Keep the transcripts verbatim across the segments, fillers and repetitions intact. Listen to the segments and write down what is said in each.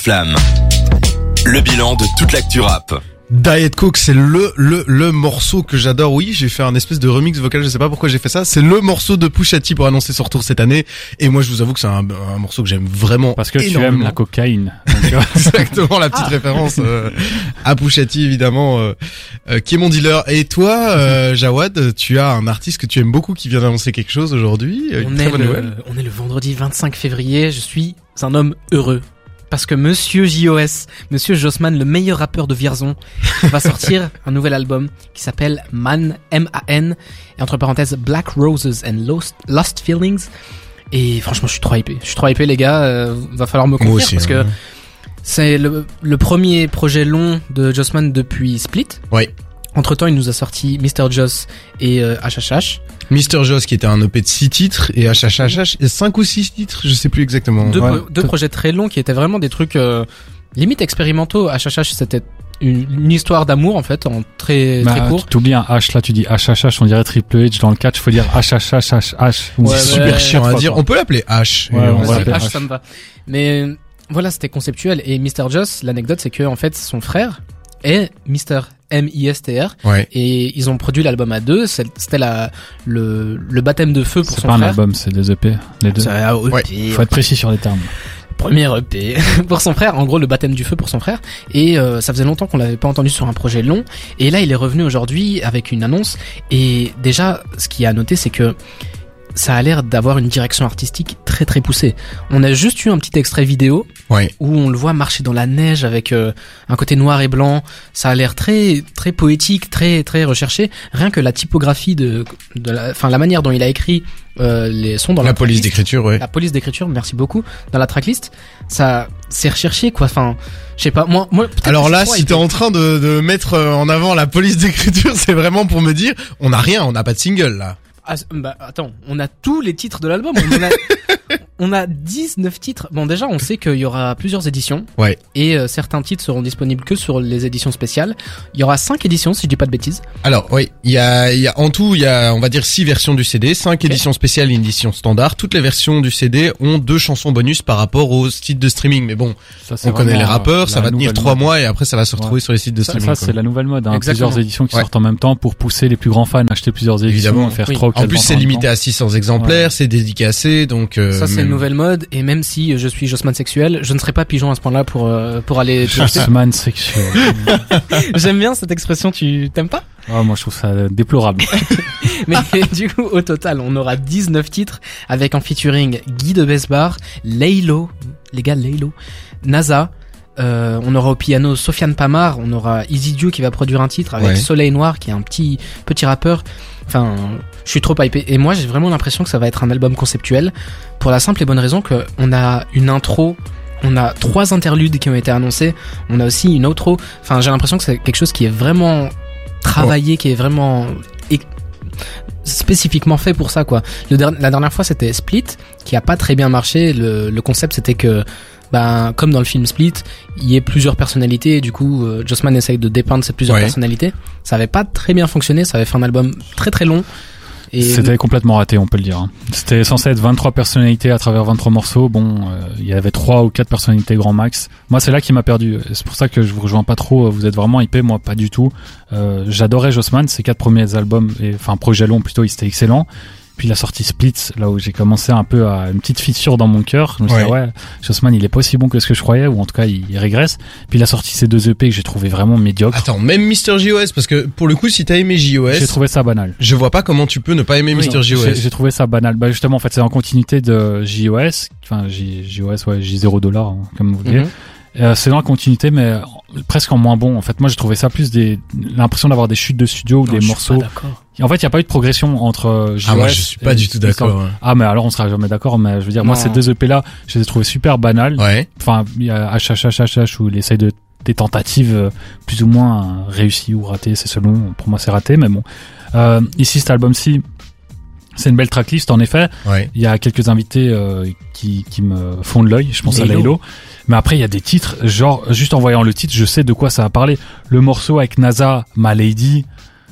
Flamme. Le bilan de toute l'actu rap. Diet Coke, c'est le le le morceau que j'adore. Oui, j'ai fait un espèce de remix vocal, je sais pas pourquoi j'ai fait ça. C'est le morceau de Pusha T pour annoncer son retour cette année. Et moi, je vous avoue que c'est un, un morceau que j'aime vraiment parce que énormément. Tu aimes la cocaïne. Exactement, la petite ah. référence euh, à Pusha T évidemment, euh, euh, qui est mon dealer. Et toi, euh, Jawad, tu as un artiste que tu aimes beaucoup qui vient d'annoncer quelque chose aujourd'hui. Une on très est bonne le, nouvelle. On est le vendredi vingt-cinq février. Je suis un homme heureux. Parce que Monsieur J O S, Monsieur Jossman, le meilleur rappeur de Vierzon, va sortir un nouvel album qui s'appelle Man, M A N, et entre parenthèses Black Roses and Lost, Lost Feelings. Et franchement, je suis trop hypé. Je suis trop hypé, les gars. Euh, va falloir me confier parce que c'est le, le premier projet long de Jossman depuis Split. Oui. Entre temps, il nous a sorti mister Joss et euh, H H H. mister Joss qui était un E P de six titres et H H H et cinq ou six titres, je sais plus exactement. Deux, ouais. pro- deux projets très longs qui étaient vraiment des trucs euh, limite expérimentaux. H H H c'était une, une histoire d'amour en fait, en très bah, très court. T'oublies un H là, tu dis H H H, on dirait Triple H dans le catch, faut dire H H H H H. Ouais, c'est super chiant à dire. On peut l'appeler H. Ouais, on va H, H. ça me va. Mais voilà, c'était conceptuel. Et mister Joss, l'anecdote c'est que en fait son frère est mister M I S T R Ouais. Et ils ont produit l'album à deux. C'était la le le baptême de feu pour c'est son pas frère. un album, c'est des E P, les deux. C'est un E P. Ouais. Faut être précis sur les termes. Premier E P pour son frère, en gros le baptême du feu pour son frère. Et euh, ça faisait longtemps qu'on l'avait pas entendu sur un projet long. Et là il est revenu aujourd'hui avec une annonce. Et déjà ce qu'il y a à noter c'est que ça a l'air d'avoir une direction artistique très très poussée. On a juste eu un petit extrait vidéo ouais. où on le voit marcher dans la neige avec euh, un côté noir et blanc. Ça a l'air très très poétique, très très recherché. Rien que la typographie de, de la, enfin la manière dont il a écrit euh, les sons dans la, la police d'écriture, ouais. La police d'écriture, merci beaucoup. Dans la tracklist, ça c'est recherché quoi. Enfin, je sais pas. Moi, moi. Alors là, si t'es en train de, de mettre en avant la police d'écriture, c'est vraiment pour me dire, on n'a rien, on n'a pas de single là. Ah, bah attends, on a tous les titres de l'album. On a, on a dix-neuf titres. Bon, déjà, on sait qu'il y aura plusieurs éditions. Ouais. Et euh, certains titres seront disponibles que sur les éditions spéciales. Il y aura cinq éditions, si je dis pas de bêtises. Alors, oui, il y a, il y a en tout, il y a, on va dire six versions du C D, cinq okay. éditions spéciales et une édition standard. Toutes les versions du C D ont deux chansons bonus par rapport aux sites de streaming. Mais bon, ça, on connaît les rappeurs, ça va tenir trois mode. mois et après ça va se retrouver ouais. sur les sites de ça, streaming. Ça, c'est la nouvelle mode. Hein. Exactement. Plusieurs éditions qui ouais. sortent en même temps pour pousser les plus grands fans à acheter plusieurs éditions, évidemment, faire oui. trois ou quatre. En plus, c'est limité à six cents exemplaires, ouais. c'est dédicacé, donc. Euh, ça, c'est même... une nouvelle mode. Et même si je suis Jossman sexuel, je ne serai pas pigeon à ce point-là pour euh, pour aller. Jossman sexuel. J'aime bien cette expression. Tu t'aimes pas? Oh, moi, je trouve ça déplorable. Mais du coup, au total, on aura dix-neuf titres avec en featuring Guy de Besbar, Laylo, les gars Laylo, NASA. Euh, on aura au piano Sofiane Pamar, on aura Easy Dieu qui va produire un titre avec ouais. Soleil Noir qui est un petit petit rappeur. Enfin, je suis trop hypé. Et moi, j'ai vraiment l'impression que ça va être un album conceptuel pour la simple et bonne raison que on a une intro, on a trois interludes qui ont été annoncés, on a aussi une outro. Enfin, j'ai l'impression que c'est quelque chose qui est vraiment travaillé, oh. qui est vraiment é- spécifiquement fait pour ça, quoi. Le der- la dernière fois, c'était Split, qui a pas très bien marché. Le, le concept, c'était que ben, comme dans le film Split, il y a plusieurs personnalités et du coup, euh, Jossman essaye de dépeindre ces plusieurs ouais. personnalités. Ça avait pas très bien fonctionné, ça avait fait un album très très long. Et c'était complètement raté, on peut le dire. Hein. C'était censé être vingt-trois personnalités à travers vingt-trois morceaux. Bon, euh, il y avait trois ou quatre personnalités grand max. Moi, c'est là qui m'a perdu. C'est pour ça que je vous rejoins pas trop. Vous êtes vraiment hypé, moi pas du tout. Euh, j'adorais Jossman, ses quatre premiers albums, et, enfin projet long plutôt, il était excellent. Puis la sortie Split, là où j'ai commencé un peu à une petite fissure dans mon cœur. Je me suis dit, ouais, Jossman, il est pas aussi bon que ce que je croyais, ou en tout cas, il, il régresse. Puis il a sorti ces deux E P que j'ai trouvé vraiment médiocres. Attends, même mister J O S, parce que pour le coup, si t'as aimé J O S. J'ai trouvé ça banal. Je vois pas comment tu peux ne pas aimer oui, mister J O S. J'ai, j'ai trouvé ça banal. Bah, justement, en fait, c'est en continuité de J O S. Enfin, J, J O S, ouais, J zéro dollar, hein, comme vous voulez. Mm-hmm. Euh, c'est dans la continuité, mais presque en moins bon. En fait, moi, j'ai trouvé ça plus des, l'impression d'avoir des chutes de studio ou des je morceaux. Suis pas d'accord. En fait, il n'y a pas eu de progression entre J O S. Ah, moi, je suis pas du tout d'accord. Hein. Ah, mais alors, on sera jamais d'accord, mais je veux dire, non. moi, ces deux E P là, je les ai trouvés super banales. Ouais. Enfin, il y a H H H H H où il essaye de, des tentatives plus ou moins réussies ou ratées, c'est selon. Pour moi, c'est raté, mais bon. Euh, ici, cet album-ci, c'est une belle tracklist, en effet. Ouais. Il y a quelques invités, euh, qui, qui me font de l'œil. Je pense Laylo. à Laylo. Mais après, il y a des titres, genre, juste en voyant le titre, je sais de quoi ça va parler. Le morceau avec NASA, My Lady,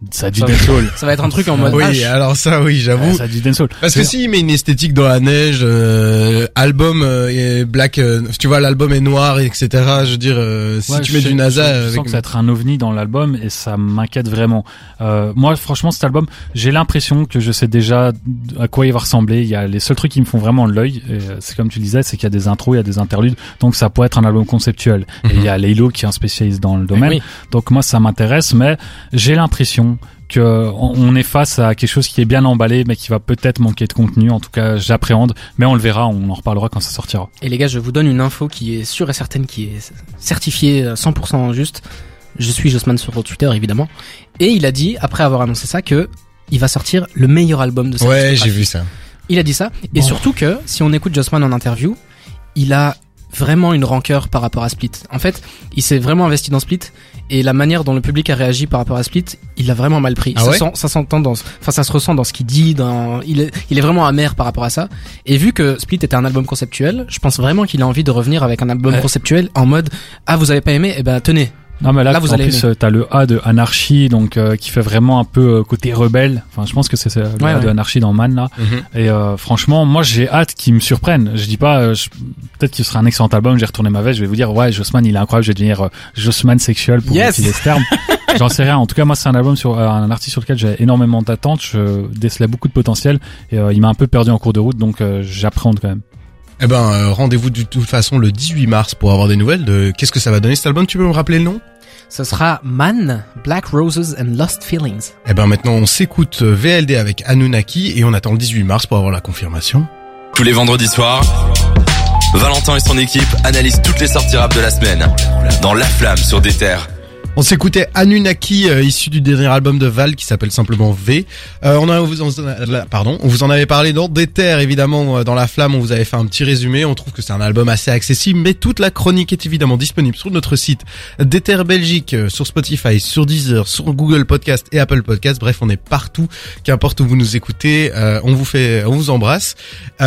Ça a du dancehall. Ça va être un truc en mode Oui, H. alors ça, oui, j'avoue. Ouais, ça a du dancehall. Parce que s'il met une esthétique dans la neige, euh, album euh, est black, euh, tu vois, l'album est noir, et cetera. Je veux dire, euh, si ouais, tu mets sais, du NASA, je, je avec... sens que ça va être un ovni dans l'album et ça m'inquiète vraiment. Euh, moi, franchement, cet album, j'ai l'impression que je sais déjà à quoi il va ressembler. Il y a les seuls trucs qui me font vraiment l'œil. Et c'est comme tu le disais, c'est qu'il y a des intros, il y a des interludes, donc ça pourrait être un album conceptuel. Mm-hmm. Et il y a Laylo qui est un spécialiste dans le domaine. Oui. Donc moi, ça m'intéresse, mais j'ai l'impression que on est face à quelque chose qui est bien emballé mais qui va peut-être manquer de contenu. En tout cas, j'appréhende, mais on le verra, on en reparlera quand ça sortira. Et les gars, je vous donne une info qui est sûre et certaine, qui est certifiée cent pour cent juste. Je suis Jossman sur Twitter, évidemment. Et il a dit, après avoir annoncé ça, que il va sortir le meilleur album de sa Ouais, j'ai vu ça. Il a dit ça. Et bon. Surtout que, si on écoute Jossman en interview, il a vraiment une rancœur par rapport à Split. En fait, il s'est vraiment investi dans Split et la manière dont le public a réagi par rapport à Split, il l'a vraiment mal pris. Ah ça ouais sent, ça s'entend dans, enfin ça se ressent dans ce qu'il dit. Dans, il est, il est vraiment amer par rapport à ça. Et vu que Split était un album conceptuel, je pense vraiment qu'il a envie de revenir avec un album ouais. conceptuel en mode ah vous avez pas aimé, eh ben tenez. Non mais là, là vous en allez plus aimer. T'as le A de Anarchy donc euh, qui fait vraiment un peu euh, côté rebelle. Enfin je pense que c'est, c'est le ouais, A ouais. de Anarchy dans Man là. Mm-hmm. Et euh, franchement moi j'ai hâte qu'il me surprenne. Je dis pas euh, je... peut-être qu'il sera un excellent album. J'ai retourné ma veste. Je vais vous dire ouais Jossman il est incroyable. Je vais devenir euh, Jossman sexuel pour yes utiliser ce terme. J'en sais rien. En tout cas moi c'est un album sur euh, un artiste sur lequel j'ai énormément d'attentes. Je décelais beaucoup de potentiel et euh, il m'a un peu perdu en cours de route donc euh, j'appréhende quand même. Eh ben euh, rendez-vous de toute façon le dix-huit mars pour avoir des nouvelles de qu'est-ce que ça va donner cet album. Tu peux me rappeler le nom? Ce sera Man, Black Roses and Lost Feelings. Eh ben maintenant on s'écoute V L D avec Anunnaki et on attend le dix-huit mars pour avoir la confirmation. Tous les vendredis soirs, Valentin et son équipe analysent toutes les sorties rap de la semaine dans La Flamme sur des terres. On s'écoutait Anunnaki, euh, issu du dernier album de Val qui s'appelle simplement V. Euh, on a, on vous en, pardon, on vous en avait parlé dans Déter, évidemment, dans La Flamme, on vous avait fait un petit résumé. On trouve que c'est un album assez accessible, mais toute la chronique est évidemment disponible sur notre site Déter Belgique, sur Spotify, sur Deezer, sur Google Podcast et Apple Podcast. Bref, on est partout, qu'importe où vous nous écoutez, euh, on vous fait, on vous embrasse.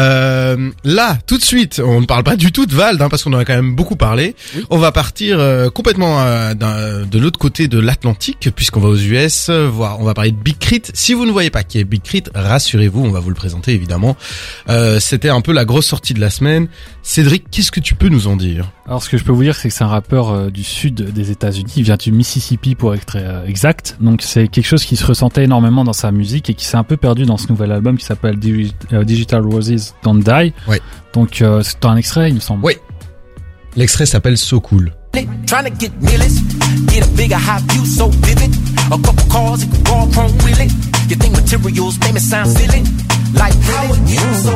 Euh, là, tout de suite, on ne parle pas du tout de Vald, hein, parce qu'on en a quand même beaucoup parlé. Oui. On va partir euh, complètement euh, d'un, de de l'autre côté de l'Atlantique, puisqu'on va aux U S, voir, on va parler de Big Crit. Si vous ne voyez pas qui est Big Crit, rassurez-vous, on va vous le présenter évidemment. Euh, c'était un peu la grosse sortie de la semaine. Cédric, qu'est-ce que tu peux nous en dire? Alors ce que je peux vous dire, c'est que c'est un rappeur euh, du sud des États-Unis, il vient du Mississippi pour être euh, exact. Donc c'est quelque chose qui se ressentait énormément dans sa musique et qui s'est un peu perdu dans ce nouvel album qui s'appelle Digi- euh, Digital Roses Don't Die. Ouais. Donc euh, c'est un extrait, il me semble. Oui. L'extrait s'appelle So Cool. Trying to get millions, get a bigger high view so vivid. A couple cars, you can go chrome wheel it. You think materials make me sound silly? Like how are you so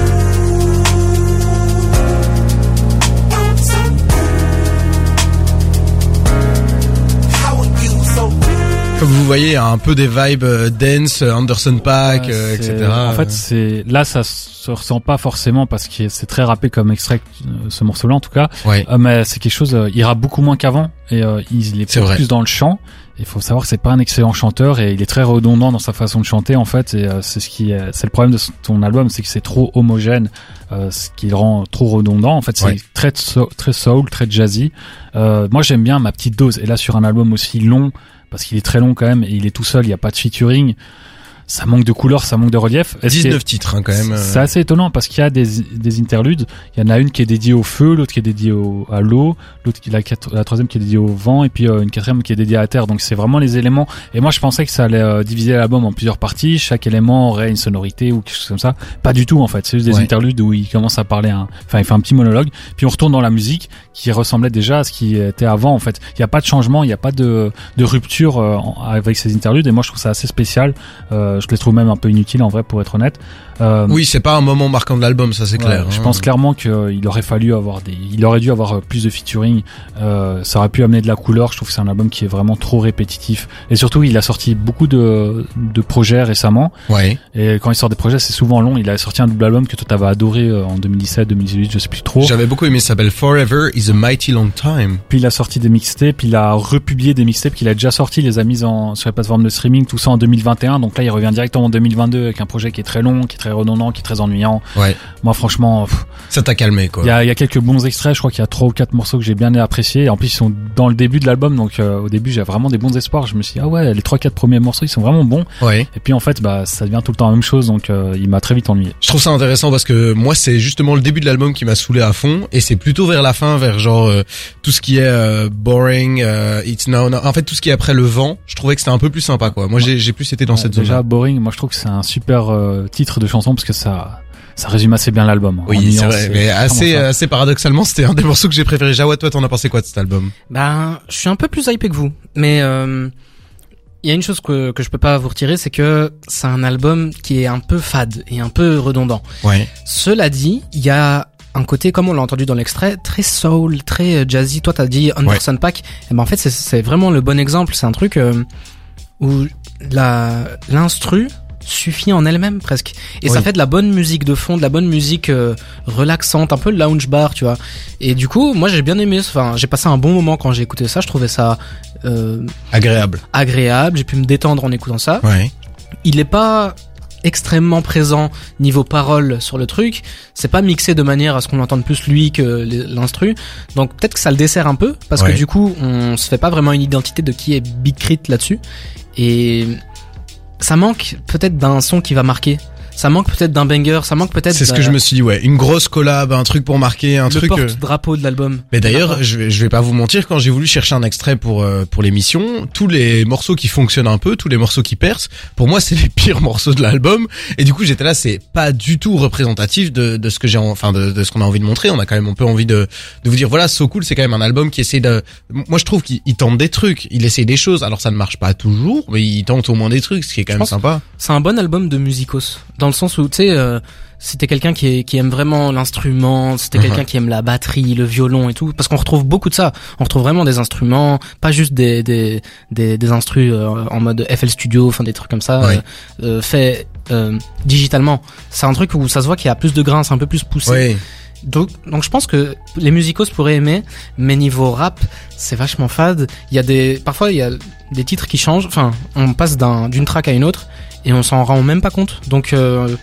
How are you so Comme vous voyez, un peu des vibes dance, Anderson .Paak, Ouais, euh, et cetera. En fait, c'est là, ça se ressent pas forcément parce que c'est très rappé comme extrait, ce morceau-là en tout cas. Ouais. Euh, mais c'est quelque chose, euh, il rappe beaucoup moins qu'avant et euh, il est, C'est plus vrai. dans le chant. Il faut savoir que c'est pas un excellent chanteur et il est très redondant dans sa façon de chanter en fait. Et euh, c'est ce qui, est, c'est le problème de son album, c'est que c'est trop homogène, euh, ce qui le rend trop redondant. En fait, c'est Ouais. très so- très soul, très jazzy. Euh, moi, j'aime bien ma petite dose. Et là, sur un album aussi long, parce qu'il est très long quand même et il est tout seul, il y a pas de featuring. Ça manque de couleur, ça manque de relief. Est-ce dix-neuf que- titres hein, quand même. C'est assez étonnant parce qu'il y a des, des interludes. Il y en a une qui est dédiée au feu, l'autre qui est dédiée au, à l'eau, l'autre qui la, quatre- la troisième qui est dédiée au vent et puis euh, une quatrième qui est dédiée à la terre. Donc c'est vraiment les éléments. Et moi je pensais que ça allait euh, diviser l'album en plusieurs parties. Chaque élément aurait une sonorité ou quelque chose comme ça. Pas du tout en fait. C'est juste des Ouais. interludes où il commence à parler, un... enfin il fait un petit monologue. Puis on retourne dans la musique qui ressemblait déjà à ce qui était avant en fait. Il n'y a pas de changement, il n'y a pas de, de rupture euh, en- avec ces interludes. Et moi je trouve ça assez spécial. Euh, je les trouve même un peu inutiles en vrai pour être honnête. Euh, Oui, c'est pas un moment marquant de l'album, ça c'est Ouais, clair. Je hein. pense clairement qu'il aurait fallu avoir des, il aurait dû avoir euh, plus de featuring. Euh, ça aurait pu amener de la couleur. Je trouve que c'est un album qui est vraiment trop répétitif. Et surtout, il a sorti beaucoup de, de projets récemment. Ouais. Et quand il sort des projets, c'est souvent long. Il a sorti un double album que toi t'avais adoré euh, en deux mille dix-sept, deux mille dix-huit, je sais plus trop. J'avais beaucoup aimé, ça s'appelle Forever is a Mighty Long Time. Puis il a sorti des mixtapes, puis il a republié des mixtapes qu'il a déjà sorti, les a mis en, sur la plateforme de streaming, tout ça en deux mille vingt et un. Donc là, il revient directement en deux mille vingt-deux avec un projet qui est très long, qui est très très redondant, qui est très ennuyant. Ouais. Moi, franchement, pff, ça t'a calmé, quoi. Il y a, il y a quelques bons extraits. Je crois qu'il y a trois ou quatre morceaux que j'ai bien appréciés. En plus, ils sont dans le début de l'album, donc euh, au début, j'ai vraiment des bons espoirs. Je me suis dit, ah ouais, les trois quatre premiers morceaux, ils sont vraiment bons. Ouais. Et puis en fait, bah, ça devient tout le temps la même chose, donc euh, il m'a très vite ennuyé. Je trouve ça intéressant parce que moi, c'est justement le début de l'album qui m'a saoulé à fond, et c'est plutôt vers la fin, vers genre euh, tout ce qui est euh, boring, euh, it's now, now, en fait tout ce qui est après le vent. Je trouvais que c'était un peu plus sympa, quoi. Moi, j'ai, j'ai plus été dans ouais, cette zone. Déjà, boring. Moi, je trouve que c'est un super euh, titre de chanson parce que ça. Ça résume assez bien l'album. Oui, nuance, c'est vrai, mais assez, assez paradoxalement, c'était un des morceaux que j'ai préféré. Jawad, toi, t'en as pensé quoi de cet album? Ben, je suis un peu plus hypé que vous, mais euh, il y a une chose que que je peux pas vous retirer, c'est que c'est un album qui est un peu fade et un peu redondant. Ouais. Cela dit, il y a un côté, comme on l'a entendu dans l'extrait, très soul, très jazzy. Toi, t'as dit Anderson ouais. .Paak. Et ben en fait, c'est c'est vraiment le bon exemple. C'est un truc euh, où la l'instru suffit en elle-même presque, et oui. ça fait de la bonne musique de fond, de la bonne musique euh, relaxante, un peu le lounge bar, tu vois. Et du coup, moi j'ai bien aimé, enfin j'ai passé un bon moment quand j'ai écouté ça. Je trouvais ça euh, agréable. Agréable. J'ai pu me détendre en écoutant ça. Ouais. Il est pas extrêmement présent niveau parole sur le truc. C'est pas mixé de manière à ce qu'on entende plus lui que l'instru. Donc peut-être que ça le dessert un peu parce ouais. que du coup on se fait pas vraiment une identité de qui est Big Crit là-dessus. Et ça manque peut-être d'un son qui va marquer. Ça manque peut-être d'un banger, ça manque peut-être. C'est ce que je me suis dit, ouais, une grosse collab, un truc pour marquer, un le truc. Le porte-drapeau de l'album. Mais d'ailleurs, je vais, je vais pas vous mentir, quand j'ai voulu chercher un extrait pour euh, pour l'émission, tous les morceaux qui fonctionnent un peu, tous les morceaux qui percent, pour moi, c'est les pires morceaux de l'album. Et du coup, j'étais là, c'est pas du tout représentatif de de ce que j'ai, enfin de, de ce qu'on a envie de montrer. On a quand même un peu envie de de vous dire, voilà, So Cool, c'est quand même un album qui essaie de. Moi, je trouve qu'il il tente des trucs, il essaie des choses. Alors, ça ne marche pas toujours, mais il tente au moins des trucs, ce qui est quand je même sympa. C'est un bon album de musicos, dans le sens où, tu sais. Euh, si t'es quelqu'un qui, est, qui aime vraiment l'instrument, si t'es uh-huh. quelqu'un qui aime la batterie, le violon et tout, parce qu'on retrouve beaucoup de ça. On retrouve vraiment des instruments, pas juste des des des, des instrus euh, en mode F L Studio, enfin des trucs comme ça, oui. euh, euh, fait euh, digitalement. C'est un truc où ça se voit qu'il y a plus de grains, c'est un peu plus poussé. Oui. Donc, donc je pense que les musicos pourraient aimer, mais niveau rap, c'est vachement fade. Il y a des, parfois il y a des titres qui changent. Enfin, on passe d'un d'une track à une autre et on s'en rend même pas compte. Donc euh,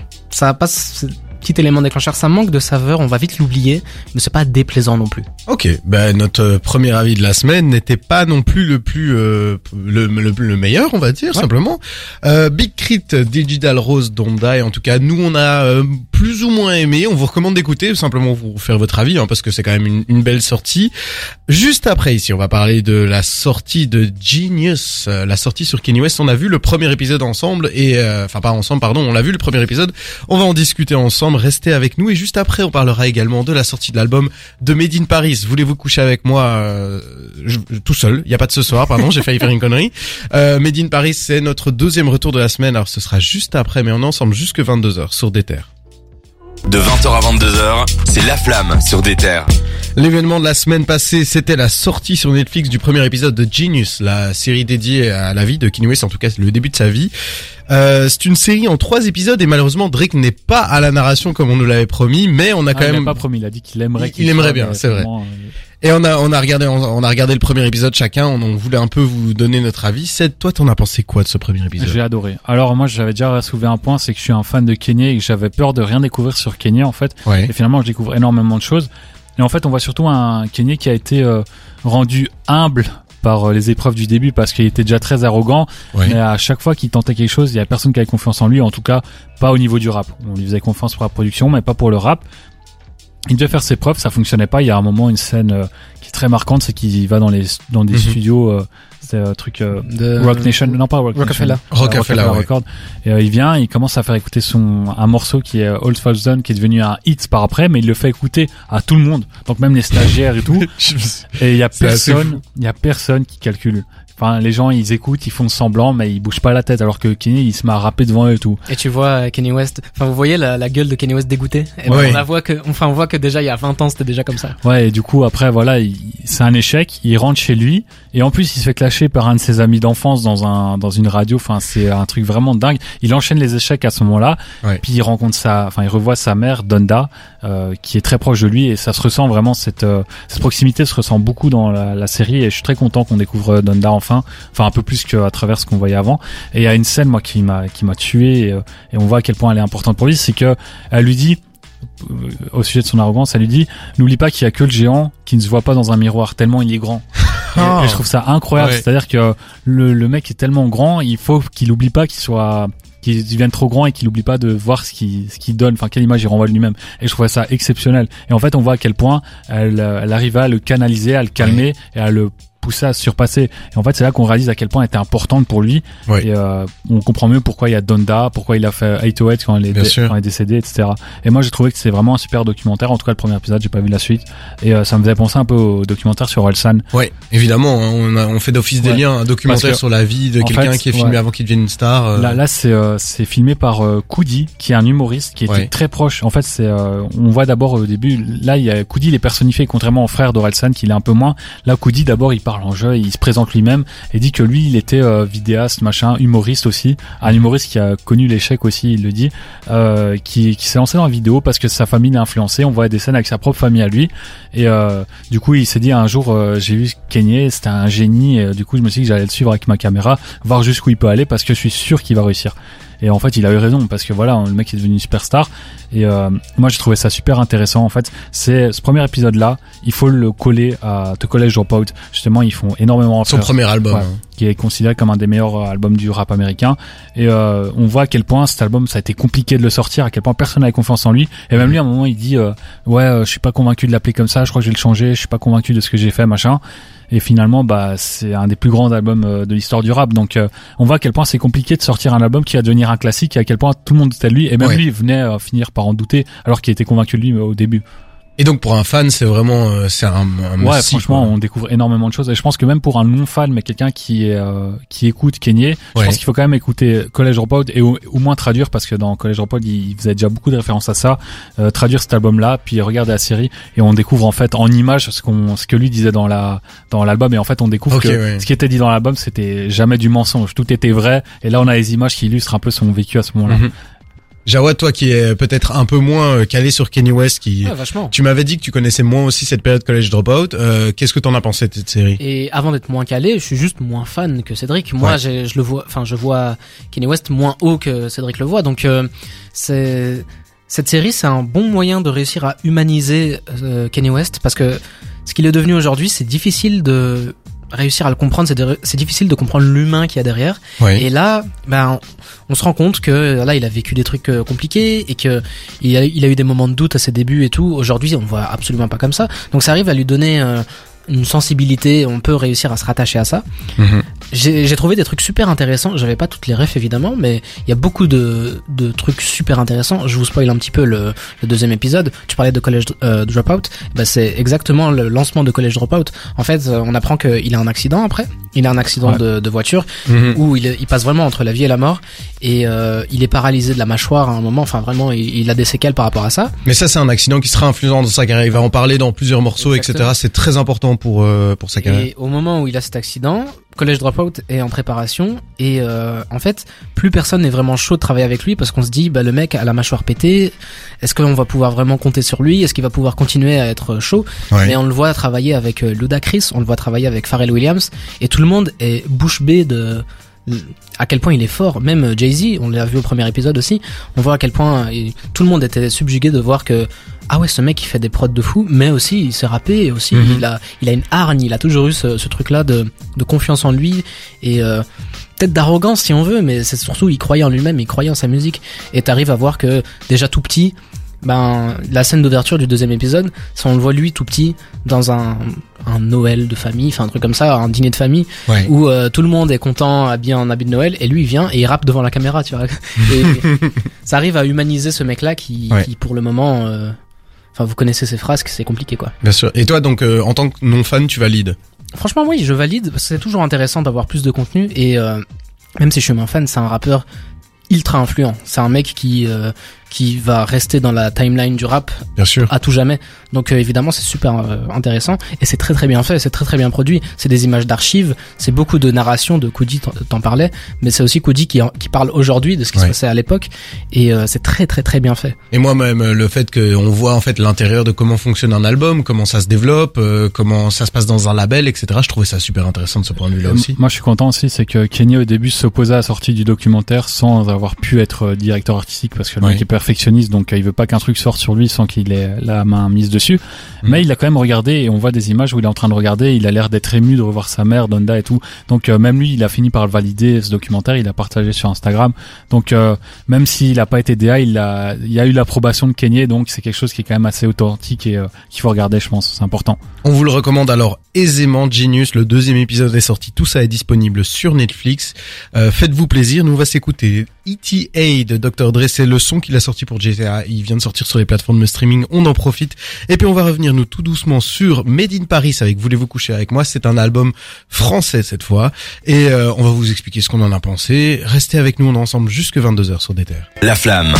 ça passe, petit élément déclencheur, ça manque de saveur, on va vite l'oublier, mais c'est pas déplaisant non plus. Ok, ben notre premier avis de la semaine n'était pas non plus le plus euh, le, le, le meilleur, on va dire, ouais. simplement. Euh, Big Crit, Digital Rose, Don't Die, en tout cas, nous on a euh, plus ou moins aimé, on vous recommande d'écouter, simplement pour faire votre avis, hein, parce que c'est quand même une, une belle sortie. Juste après, ici, on va parler de la sortie de Genius, euh, la sortie sur Kanye West. On a vu le premier épisode ensemble, et euh, enfin pas ensemble, pardon, on l'a vu le premier épisode, on va en discuter ensemble. Restez avec nous et juste après on parlera également de la sortie de l'album de Made in Paris. Voulez-vous coucher avec moi euh, je, tout seul, il y a pas de ce soir, pardon, j'ai failli faire une connerie. Euh, Made in Paris, c'est notre deuxième retour de la semaine, alors ce sera juste après, mais on est ensemble jusque vingt-deux heures sur Des Terres. De vingt heures à vingt-deux heures, c'est La Flamme sur Des Terres. L'événement de la semaine passée, c'était la sortie sur Netflix du premier épisode de Genius, la série dédiée à la vie de Kanye West, en tout cas le début de sa vie. Euh, c'est une série en trois épisodes et malheureusement Drake n'est pas à la narration comme on nous l'avait promis, mais on a quand ah, même. Il n'a pas promis, il a dit qu'il aimerait. Il, qu'il il aimerait soit, bien, c'est vrai. euh... Et on a on a regardé on a regardé le premier épisode chacun, on, on voulait un peu vous donner notre avis. Seth, toi t'en as pensé quoi de ce premier épisode? J'ai adoré. Alors moi j'avais déjà soulevé un point, c'est que je suis un fan de Kanye et que j'avais peur de rien découvrir sur Kanye en fait. Ouais. Et finalement je découvre énormément de choses. Et en fait on voit surtout un Kanye qui a été euh, rendu humble par les épreuves du début parce qu'il était déjà très arrogant, ouais. mais à chaque fois qu'il tentait quelque chose, il y a personne qui avait confiance en lui, en tout cas pas au niveau du rap. On lui faisait confiance pour la production, mais pas pour le rap. Il devait faire ses preuves, ça fonctionnait pas. Il y a un moment, une scène euh, qui est très marquante, c'est qu'il va dans les dans des mm-hmm. studios, euh, c'est un truc euh, de Rock Nation, non pas Rock Rockefeller, Nation, Rockefeller, Rockefeller ouais. Record. Et euh, il vient, il commence à faire écouter son un morceau qui est Old Falls Done, qui est devenu un hit par après, mais il le fait écouter à tout le monde, donc même les stagiaires et tout. Et il y a personne, il y a personne qui calcule. Enfin, les gens, ils écoutent, ils font semblant, mais ils bougent pas la tête, alors que Kanye, il se met à rapper devant eux et tout. Et tu vois Kanye West, enfin, vous voyez la, la gueule de Kanye West dégoûté? Et ben, ouais. on la voit que, enfin, on voit que déjà, il y a vingt ans, c'était déjà comme ça. Ouais, et du coup, après, voilà, il, c'est un échec, il rentre chez lui, et en plus, il se fait clasher par un de ses amis d'enfance dans un, dans une radio, enfin, c'est un truc vraiment dingue. Il enchaîne les échecs à ce moment-là, ouais. puis il rencontre sa, enfin, il revoit sa mère, Donda, euh, qui est très proche de lui, et ça se ressent vraiment, cette, euh, cette proximité se ressent beaucoup dans la, la série, et je suis très content qu'on découvre Donda enfin. fin, enfin un peu plus qu'à travers ce qu'on voyait avant. Et il y a une scène moi qui m'a qui m'a tué et, et on voit à quel point elle est importante pour lui, c'est que elle lui dit au sujet de son arrogance, elle lui dit n'oublie pas qu'il y a que le géant qui ne se voit pas dans un miroir tellement il est grand. Et, oh. et je trouve ça incroyable, ouais. C'est-à-dire que le, le mec est tellement grand, il faut qu'il oublie pas qu'il soit qu'il devienne trop grand et qu'il oublie pas de voir ce qu'il ce qu'il donne, enfin quelle image il renvoie de lui-même. Et je trouvais ça exceptionnel. Et en fait, on voit à quel point elle elle arrive à le canaliser, à le calmer ouais. et à le pousser à se surpasser. Et en fait, c'est là qu'on réalise à quel point elle était importante pour lui. Oui. Et euh, on comprend mieux pourquoi il y a Donda, pourquoi il a fait huit oh huit quand il est, dé- quand il est décédé, et cetera. Et moi, j'ai trouvé que c'est vraiment un super documentaire. En tout cas, le premier épisode, j'ai pas vu la suite. Et euh, ça me faisait penser un peu au documentaire sur Orelsan. Oui, évidemment. Hein, on, a, on fait d'office des ouais. liens. Un documentaire que, sur la vie de quelqu'un fait, qui est filmé ouais. avant qu'il devienne une star. Euh... Là, là, c'est euh, c'est filmé par euh, Koudi, qui est un humoriste qui était ouais. très proche. En fait, c'est euh, on voit d'abord au début. Là, il y a Koudi, il est personnifié, contrairement au frère d'Orelsan, qui l'est un peu moins. Là, Koudi, d'abord, il parle en jeu, il se présente lui-même et dit que lui il était euh, vidéaste, machin, humoriste aussi, un humoriste qui a connu l'échec aussi, il le dit, euh, qui, qui s'est lancé dans la vidéo parce que sa famille l'a influencé. On voit des scènes avec sa propre famille à lui et euh, du coup il s'est dit un jour euh, j'ai vu Kenyé, c'était un génie et euh, du coup je me suis dit que j'allais le suivre avec ma caméra, voir jusqu'où il peut aller parce que je suis sûr qu'il va réussir. Et en fait, il a eu raison parce que voilà, le mec est devenu une superstar. Et euh, moi, j'ai trouvé ça super intéressant. En fait, c'est ce premier épisode-là, il faut le coller à The College Dropout. Justement, ils font énormément. Son premier album, ouais, hein. Qui est considéré comme un des meilleurs albums du rap américain. Et euh, on voit à quel point cet album, ça a été compliqué de le sortir, à quel point personne n'avait confiance en lui. Et même lui, à un moment, il dit euh, ouais, euh, je suis pas convaincu de l'appeler comme ça. Je crois que je vais le changer. Je suis pas convaincu de ce que j'ai fait, machin. Et finalement, bah, c'est un des plus grands albums euh, de l'histoire du rap. Donc, euh, on voit à quel point c'est compliqué de sortir un album qui va devenir un classique et à quel point tout le monde était de lui. Et même ouais. lui venait euh, finir par en douter alors qu'il était convaincu de lui au début. Et donc pour un fan, c'est vraiment euh, c'est un, un ouais, merci, franchement, quoi. On découvre énormément de choses et je pense que même pour un non fan mais quelqu'un qui est euh, qui écoute Kenyé, je ouais. pense qu'il faut quand même écouter College Dropout et au, au moins traduire parce que dans College Dropout, il faisait déjà beaucoup de références à ça, euh, traduire cet album-là, puis regarder la série et on découvre en fait en images ce qu'on ce que lui disait dans la dans l'album et en fait on découvre okay, que ouais. ce qui était dit dans l'album, c'était jamais du mensonge, tout était vrai et là on a les images qui illustrent un peu son vécu à ce moment-là. Mm-hmm. Jawad, toi qui es peut-être un peu moins calé sur Kanye West, qui ah, vachement. Tu m'avais dit que tu connaissais moins aussi cette période College Dropout. Euh, qu'est-ce que t'en as pensé de cette série? Et avant d'être moins calé, je suis juste moins fan que Cédric. Moi, ouais. j'ai, je le vois, enfin, je vois Kanye West moins haut que Cédric le voit. Donc, euh, c'est cette série, c'est un bon moyen de réussir à humaniser euh, Kanye West parce que ce qu'il est devenu aujourd'hui, c'est difficile de réussir à le comprendre, c'est, de, c'est difficile de comprendre l'humain qu'il y a derrière. Oui. Et là, ben, on, on se rend compte que là, il a vécu des trucs compliqués et que il a, il a eu des moments de doute à ses débuts et tout. Aujourd'hui, on le voit absolument pas comme ça. Donc, ça arrive à lui donner euh, une sensibilité. On peut réussir à se rattacher à ça. Mm-hmm. J'ai, j'ai trouvé des trucs super intéressants. J'avais pas toutes les refs évidemment, mais il y a beaucoup de, de trucs super intéressants. Je vous spoil un petit peu le, le deuxième épisode. Tu parlais de College euh, Dropout. Bah, c'est exactement le lancement de College Dropout. En fait, on apprend qu'il a un accident après. Il a un accident ouais. de, de voiture mm-hmm. où il, il passe vraiment entre la vie et la mort et euh, il est paralysé de la mâchoire à un moment. Enfin, vraiment, il, il a des séquelles par rapport à ça. Mais ça, c'est un accident qui sera influent dans sa carrière. Il va en parler dans plusieurs morceaux, exactement. et cetera. C'est très important pour euh, pour sa carrière. Et au moment où il a cet accident, College Dropout est en préparation et euh, en fait plus personne n'est vraiment chaud de travailler avec lui parce qu'on se dit bah le mec a la mâchoire pétée, est-ce qu'on va pouvoir vraiment compter sur lui, est-ce qu'il va pouvoir continuer à être chaud, ouais. Mais on le voit travailler avec euh, Ludacris, on le voit travailler avec Pharrell Williams et tout le monde est bouche bée de à quel point il est fort. Même Jay-Z, on l'a vu au premier épisode aussi, on voit à quel point il, tout le monde était subjugué de voir que ah ouais, ce mec il fait des prods de fou, mais aussi il s'est rappé et aussi mm-hmm. il a il a une hargne, il a toujours eu ce, ce truc là de de confiance en lui et euh, peut-être d'arrogance si on veut, mais c'est surtout il croyait en lui-même, il croyait en sa musique et t'arrives à voir que déjà tout petit, ben la scène d'ouverture du deuxième épisode, ça on le voit lui tout petit dans un un Noël de famille, enfin un truc comme ça, un dîner de famille ouais. où euh, tout le monde est content, habillé en habit de Noël et lui il vient et il rappe devant la caméra, tu vois. Et ça arrive à humaniser ce mec là qui ouais. qui pour le moment euh, enfin vous connaissez ses phrases, c'est compliqué quoi. Bien sûr. Et toi donc euh, en tant que non fan, tu valides? Franchement oui, je valide, c'est toujours intéressant d'avoir plus de contenu et euh, même si je suis moins fan, c'est un rappeur ultra influent. C'est un mec qui euh, qui va rester dans la timeline du rap bien sûr à tout jamais. Donc euh, évidemment c'est super euh, intéressant et c'est très très bien fait, c'est très très bien produit. C'est des images d'archives, c'est beaucoup de narration de Coodie, t'en, t'en parlais, mais c'est aussi Coodie qui qui parle aujourd'hui de ce qui ouais. se passait à l'époque et euh, c'est très très très bien fait. Et moi même le fait qu'on voit en fait l'intérieur de comment fonctionne un album, comment ça se développe, euh, comment ça se passe dans un label, et cetera. Je trouvais ça super intéressant de ce point de vue-là aussi. Moi je suis content aussi, c'est que Kenny au début s'opposait à la sortie du documentaire sans avoir pu être directeur artistique parce que le ouais. mec est perfectionniste, donc il veut pas qu'un truc sorte sur lui sans qu'il ait la main mise dessus. Mmh. Mais il a quand même regardé et on voit des images où il est en train de regarder, il a l'air d'être ému de revoir sa mère, Donda et tout. Donc euh, même lui, il a fini par le valider ce documentaire, il l'a partagé sur Instagram. Donc euh, même s'il a pas été D A, il a il y a eu l'approbation de Kanye, donc c'est quelque chose qui est quand même assez authentique et euh, qu'il faut regarder, je pense, c'est important. On vous le recommande alors aisément, Genius, le deuxième épisode est sorti, tout ça est disponible sur Netflix. Euh, faites-vous plaisir, nous on va s'écouter E T A de docteur Dre, c'est le son qu'il a sorti pour G T A, il vient de sortir sur les plateformes de streaming, on en profite. Et puis on va revenir nous tout doucement sur Made in Paris avec Voulez-vous coucher avec moi, c'est un album français cette fois, et euh, on va vous expliquer ce qu'on en a pensé. Restez avec nous, on est ensemble jusque vingt-deux heures sur Déter. La Flamme,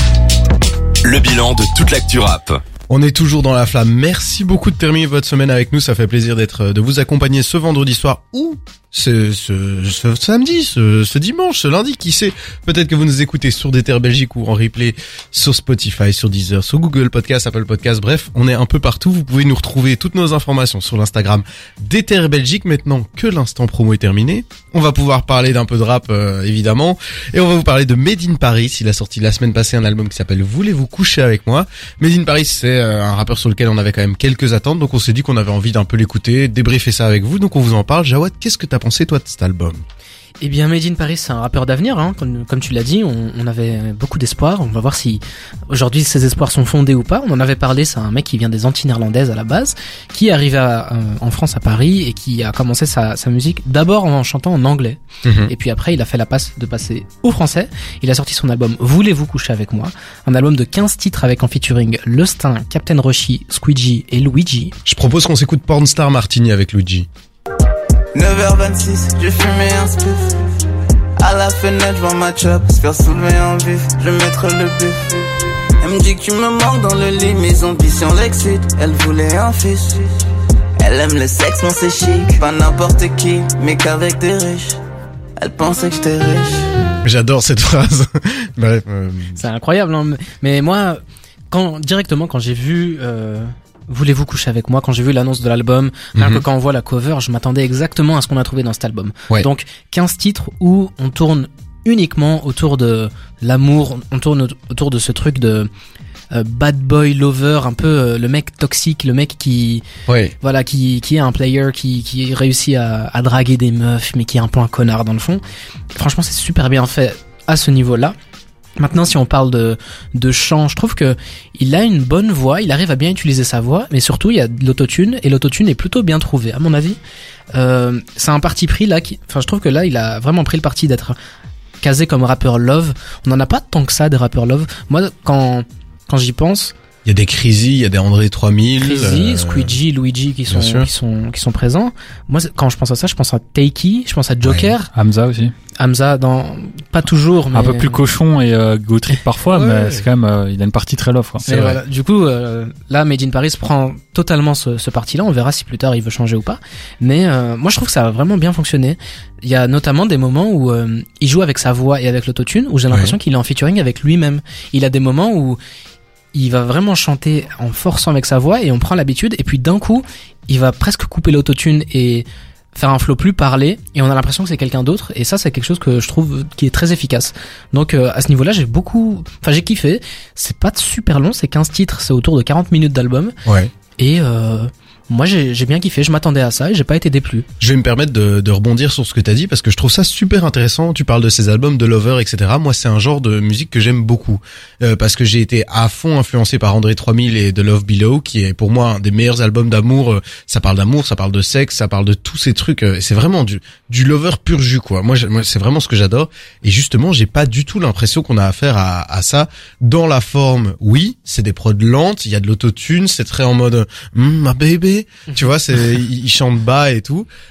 le bilan de toute l'actu rap. On est toujours dans la flamme. Merci beaucoup de terminer votre semaine avec nous. Ça fait plaisir d'être, de vous accompagner ce vendredi soir ou ce, ce, ce samedi, ce, ce dimanche, ce lundi, qui sait. Peut-être que vous nous écoutez sur Déter Belgique ou en replay sur Spotify, sur Deezer, sur Google Podcast, Apple Podcast. Bref, on est un peu partout. Vous pouvez nous retrouver toutes nos informations sur l'Instagram Déter Belgique. Maintenant que l'instant promo est terminé, on va pouvoir parler d'un peu de rap, euh, évidemment. Et on va vous parler de Made in Paris. Il a sorti la semaine passée un album qui s'appelle Voulez-vous coucher avec moi. Made in Paris, c'est un rappeur sur lequel on avait quand même quelques attentes, donc on s'est dit qu'on avait envie d'un peu l'écouter, débriefer ça avec vous, donc on vous en parle. Jawad, qu'est-ce que t'as pensé toi de cet album? Eh bien, Made in Paris, c'est un rappeur d'avenir, hein. Comme, comme tu l'as dit, on, on avait beaucoup d'espoir. On va voir si aujourd'hui ces espoirs sont fondés ou pas. On en avait parlé, c'est un mec qui vient des Antilles néerlandaises à la base, qui est arrivé à, euh, en France à Paris et qui a commencé sa, sa musique d'abord en chantant en anglais. Mmh. Et puis après, il a fait la passe de passer au français. Il a sorti son album Voulez-vous coucher avec moi, un album de quinze titres avec en featuring Le Stin, Captain Roshi, Squeegee et Luigi. Je propose qu'on s'écoute Pornstar Martini avec Luigi. neuf heures vingt-six, je fumais un spliff. À la fenêtre, je vois ma chop se faire soulever en vif. Je mettrai le bif. Elle me dit que tu me manques dans le lit. Mes ambitions l'excitent. Elle voulait un fils. Elle aime le sexe, non c'est chic. Pas n'importe qui, mais qu'avec des riches. Elle pensait que j'étais riche. J'adore cette phrase. Bref, euh... c'est incroyable, hein. Mais moi, quand directement quand j'ai vu... Euh... Voulez-vous coucher avec moi, quand j'ai vu l'annonce de l'album, rien mm-hmm. que quand on voit la cover, je m'attendais exactement à ce qu'on a trouvé dans cet album. Ouais. Donc quinze titres où on tourne uniquement autour de l'amour, on tourne autour de ce truc de euh, bad boy lover, un peu euh, le mec toxique, le mec qui ouais. voilà qui qui est un player qui qui réussit à, à draguer des meufs mais qui est un peu un connard dans le fond. Franchement, c'est super bien fait à ce niveau-là. Maintenant, si on parle de de chant, je trouve que il a une bonne voix, il arrive à bien utiliser sa voix, mais surtout il y a de l'autotune et l'autotune est plutôt bien trouvé à mon avis. Euh, c'est un parti pris là qui, enfin je trouve que là il a vraiment pris le parti d'être casé comme rappeur love. On en a pas tant que ça des rappeurs love. Moi quand quand j'y pense, il y a des Crazy, il y a des André trois mille, Crazy, euh... Squeegee, Luigi qui sont qui sont qui sont présents. Moi quand je pense à ça, je pense à Takey, je pense à Joker, ouais. Hamza aussi. Hamza dans pas toujours mais un peu plus cochon et euh, go trip parfois ouais. Mais c'est quand même euh, il a une partie très love quoi. C'est vrai. Voilà. Du coup euh, là Made in Paris prend totalement ce, ce parti-là, on verra si plus tard il veut changer ou pas. Mais euh, moi je trouve que ça a vraiment bien fonctionné. Il y a notamment des moments où euh, il joue avec sa voix et avec l'autotune où j'ai l'impression ouais. qu'il est en featuring avec lui-même. Il a des moments où il va vraiment chanter en forçant avec sa voix et on prend l'habitude et puis d'un coup il va presque couper l'autotune et faire un flow plus parlé et on a l'impression que c'est quelqu'un d'autre et ça c'est quelque chose que je trouve qui est très efficace. Donc euh, à ce niveau-là j'ai beaucoup, enfin j'ai kiffé. C'est pas super long, c'est quinze titres, c'est autour de quarante minutes d'album. Ouais. Et euh, moi j'ai, j'ai bien kiffé, je m'attendais à ça et j'ai pas été déplu. Je vais me permettre de, de rebondir sur ce que t'as dit parce que je trouve ça super intéressant. Tu parles de ces albums de Lover, et cetera. Moi c'est un genre de musique que j'aime beaucoup euh, parce que j'ai été à fond influencé par André trois mille et The Love Below qui est pour moi un des meilleurs albums d'amour. Euh, ça parle d'amour, ça parle de sexe, ça parle de tous ces trucs. Euh, c'est vraiment du du Lover pur jus quoi. Moi, moi c'est vraiment ce que j'adore et justement j'ai pas du tout l'impression qu'on a affaire à, à ça dans la forme. Oui, c'est des prods lentes, il y a de l'autotune, c'est très en mode mm, ma baby, tu vois, c'est il chante bas et tout,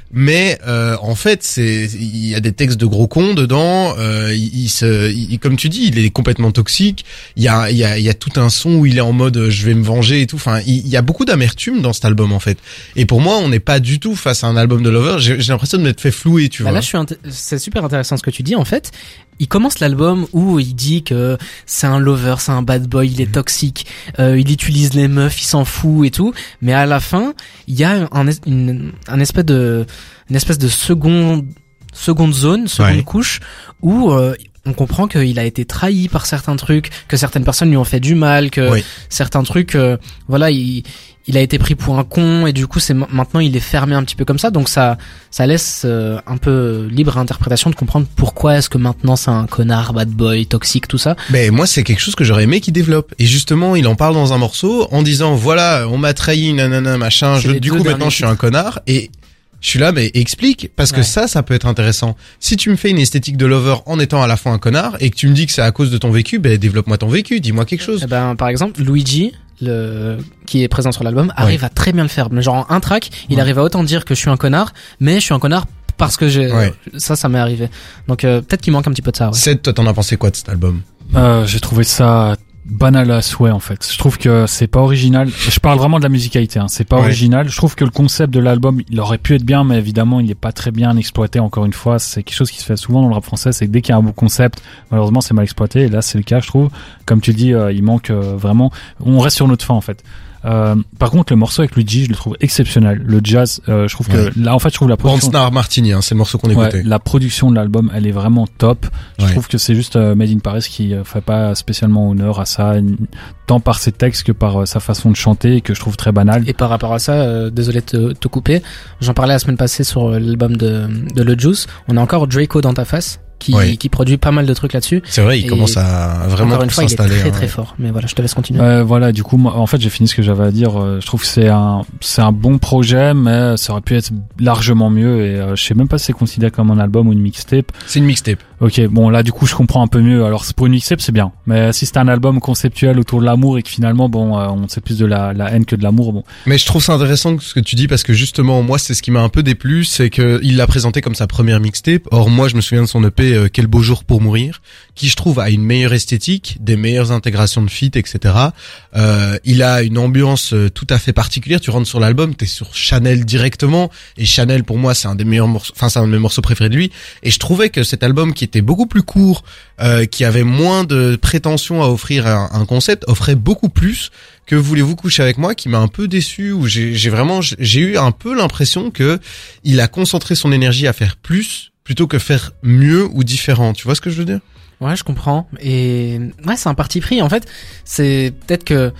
Mais euh, en fait, c'est il y a des textes de gros cons dedans. Euh, il, il se, il, comme tu dis, il est complètement toxique. Il y a, il y a, il y a tout un son où il est en mode je vais me venger et tout. Enfin, il, il y a beaucoup d'amertume dans cet album en fait. Et pour moi, on n'est pas du tout face à un album de Lover. J'ai, j'ai l'impression de m'être fait flouer, tu bah vois. Là, je suis int- c'est super intéressant ce que tu dis en fait. Il commence l'album où il dit que c'est un lover, c'est un bad boy, il est toxique, euh, il utilise les meufs, il s'en fout et tout. Mais à la fin, il y a un, une, un espèce de, une espèce de seconde, seconde zone, seconde ouais. couche où euh, on comprend qu'il a été trahi par certains trucs, que certaines personnes lui ont fait du mal, que oui. certains trucs, euh, voilà, il il a été pris pour un con et du coup c'est maintenant il est fermé un petit peu comme ça, donc ça ça laisse euh, un peu libre à interprétation de comprendre pourquoi est-ce que maintenant c'est un connard, bad boy, toxique, tout ça. Mais moi c'est quelque chose que j'aurais aimé qu'il développe, et justement il en parle dans un morceau en disant voilà on m'a trahi nanana machin, je, du coup maintenant je suis un connard, et je suis là mais explique, parce que ouais. ça ça peut être intéressant. Si tu me fais une esthétique de Lover en étant à la fois un connard et que tu me dis que c'est à cause de ton vécu, ben développe-moi ton vécu, dis-moi quelque chose. Eh ben par exemple Luigi, le qui est présent sur l'album, arrive ouais. à très bien le faire. Genre en un track, il ouais. arrive à autant dire que je suis un connard, mais je suis un connard parce que j'ai ouais. ça ça m'est arrivé. Donc euh, peut-être qu'il manque un petit peu de ça. Ouais. Seth, toi t'en as pensé quoi de cet album? euh, J'ai trouvé ça banal à souhait en fait. Je trouve que c'est pas original. Je parle vraiment de la musicalité, hein. C'est pas ouais. original. Je trouve que le concept de l'album, il aurait pu être bien, mais évidemment, il est pas très bien exploité. Encore une fois, c'est quelque chose qui se fait souvent dans le rap français. C'est que dès qu'il y a un bon concept, malheureusement, c'est mal exploité. Et là, c'est le cas, je trouve. Comme tu dis, euh, il manque euh, vraiment. On reste sur notre fin en fait. Euh, par contre, le morceau avec Luigi, je le trouve exceptionnel. Le jazz, euh, je trouve ouais. que là, en fait, je trouve la production. Pornstar Martini, hein, c'est le morceau qu'on écoutait. Ouais, la production de l'album, elle est vraiment top. Je ouais. trouve que c'est juste euh, Made in Paris qui euh, fait pas spécialement honneur à ça, tant par ses textes que par euh, sa façon de chanter, que je trouve très banal. Et par rapport à ça, euh, désolé de te, te couper, j'en parlais la semaine passée sur l'album de, de Le Juice. On a encore Draco dans ta face. Qui, ouais. qui produit pas mal de trucs là-dessus. C'est vrai, il et commence à vraiment encore une fois, s'installer. Il est très hein, très ouais. fort. Mais voilà, je te laisse continuer. Euh, voilà, du coup, moi, en fait, j'ai fini ce que j'avais à dire. Je trouve que c'est un, c'est un bon projet, mais ça aurait pu être largement mieux. Et euh, je sais même pas si c'est considéré comme un album ou une mixtape. C'est une mixtape. Ok, bon là, du coup, je comprends un peu mieux. Alors, pour une mixtape, c'est bien. Mais si c'est un album conceptuel autour de l'amour et que finalement, bon, euh, on sait plus de la, la haine que de l'amour, bon. Mais je trouve ça intéressant ce que tu dis, parce que justement, moi, c'est ce qui m'a un peu déplu, c'est que il l'a présenté comme sa première mixtape. Or, moi, je me souviens de son E P euh, Quel beau jour pour mourir, qui je trouve a une meilleure esthétique, des meilleures intégrations de feat, et cetera. Euh, il a une ambiance tout à fait particulière. Tu rentres sur l'album, t'es sur Chanel directement, et Chanel pour moi c'est un des meilleurs morceaux, enfin c'est un de mes morceaux préférés de lui. Et je trouvais que cet album qui était beaucoup plus court, euh, qui avait moins de prétention à offrir un, un concept, offrait beaucoup plus que Voulez-vous coucher avec moi, qui m'a un peu déçu, où j'ai, j'ai vraiment, j'ai eu un peu l'impression que il a concentré son énergie à faire plus plutôt que faire mieux ou différent. Tu vois ce que je veux dire? Ouais, je comprends. Et ouais, c'est un parti pris. En fait, c'est peut-être que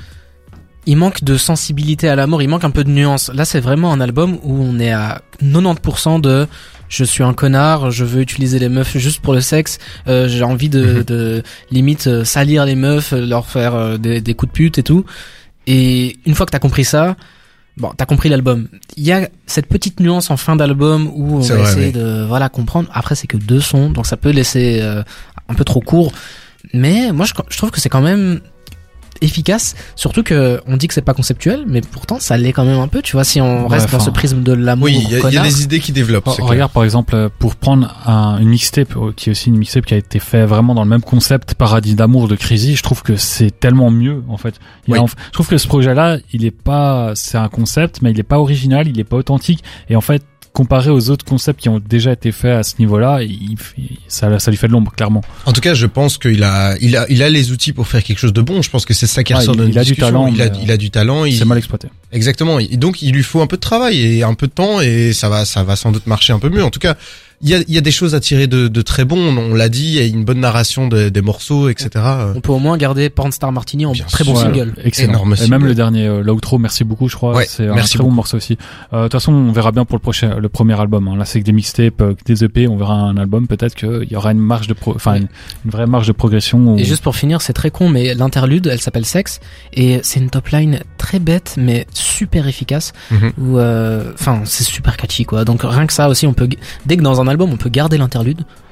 il manque de sensibilité à l'amour, il manque un peu de nuance. Là, c'est vraiment un album où on est à quatre-vingt-dix pour cent de je suis un connard, je veux utiliser les meufs juste pour le sexe, euh, j'ai envie de, de limite euh, salir les meufs, leur faire euh, des, des coups de pute et tout. Et une fois que t'as compris ça, bon, t'as compris l'album. Il y a cette petite nuance en fin d'album où on c'est va vrai, essayer oui. de voilà comprendre. Après, c'est que deux sons, donc ça peut laisser euh, un peu trop court. Mais moi, je, je trouve que c'est quand même efficace, surtout que on dit que c'est pas conceptuel, mais pourtant ça l'est quand même un peu, tu vois, si on ouais, reste enfin, dans ce prisme de l'amour. Oui, il y, y a des idées qui développent. Oh, regarde clair. Par exemple, pour prendre un, une mixtape, qui est aussi une mixtape qui a été fait vraiment dans le même concept, Paradis d'amour de Crazy, je trouve que c'est tellement mieux en fait. Il oui. a, je trouve que ce projet-là, il est pas, c'est un concept, mais il est pas original, il est pas authentique, et en fait, comparé aux autres concepts qui ont déjà été faits à ce niveau-là, il, ça, ça lui fait de l'ombre, clairement. En tout cas, je pense qu'il a, il a, il a les outils pour faire quelque chose de bon. Je pense que c'est ça qui ah, ressort de notre notre discussion. Il a du talent. Il a, il a du talent. C'est il... mal exploité. Exactement. Et donc, il lui faut un peu de travail et un peu de temps, et ça va, ça va sans doute marcher un peu mieux. En tout cas, il y a, il y a des choses à tirer de, de très bon. On l'a dit, il y a une bonne narration de, des morceaux, et cetera. On peut au moins garder Pornstar Martini en Bien très sûr. bon single. Ouais, excellent. Énorme et single. même le dernier, euh, l'outro, merci beaucoup, je crois. Ouais, c'est un merci très beaucoup. bon morceau aussi. Euh, De toute façon, on verra bien pour le prochain, le premier album. Hein. Là, c'est que des mixtapes, euh, des E P. On verra un album. Peut-être qu'il y aura une marge de, pro... enfin, ouais. une, une vraie marge de progression. Où... Et juste pour finir, c'est très con, mais l'interlude, elle s'appelle Sexe, et c'est une top line très bête, mais super efficace. Mm-hmm. Où, enfin, euh, c'est super catchy, quoi. Donc rien que ça aussi, on peut, dès que dans un album, on peut garder l'interlude.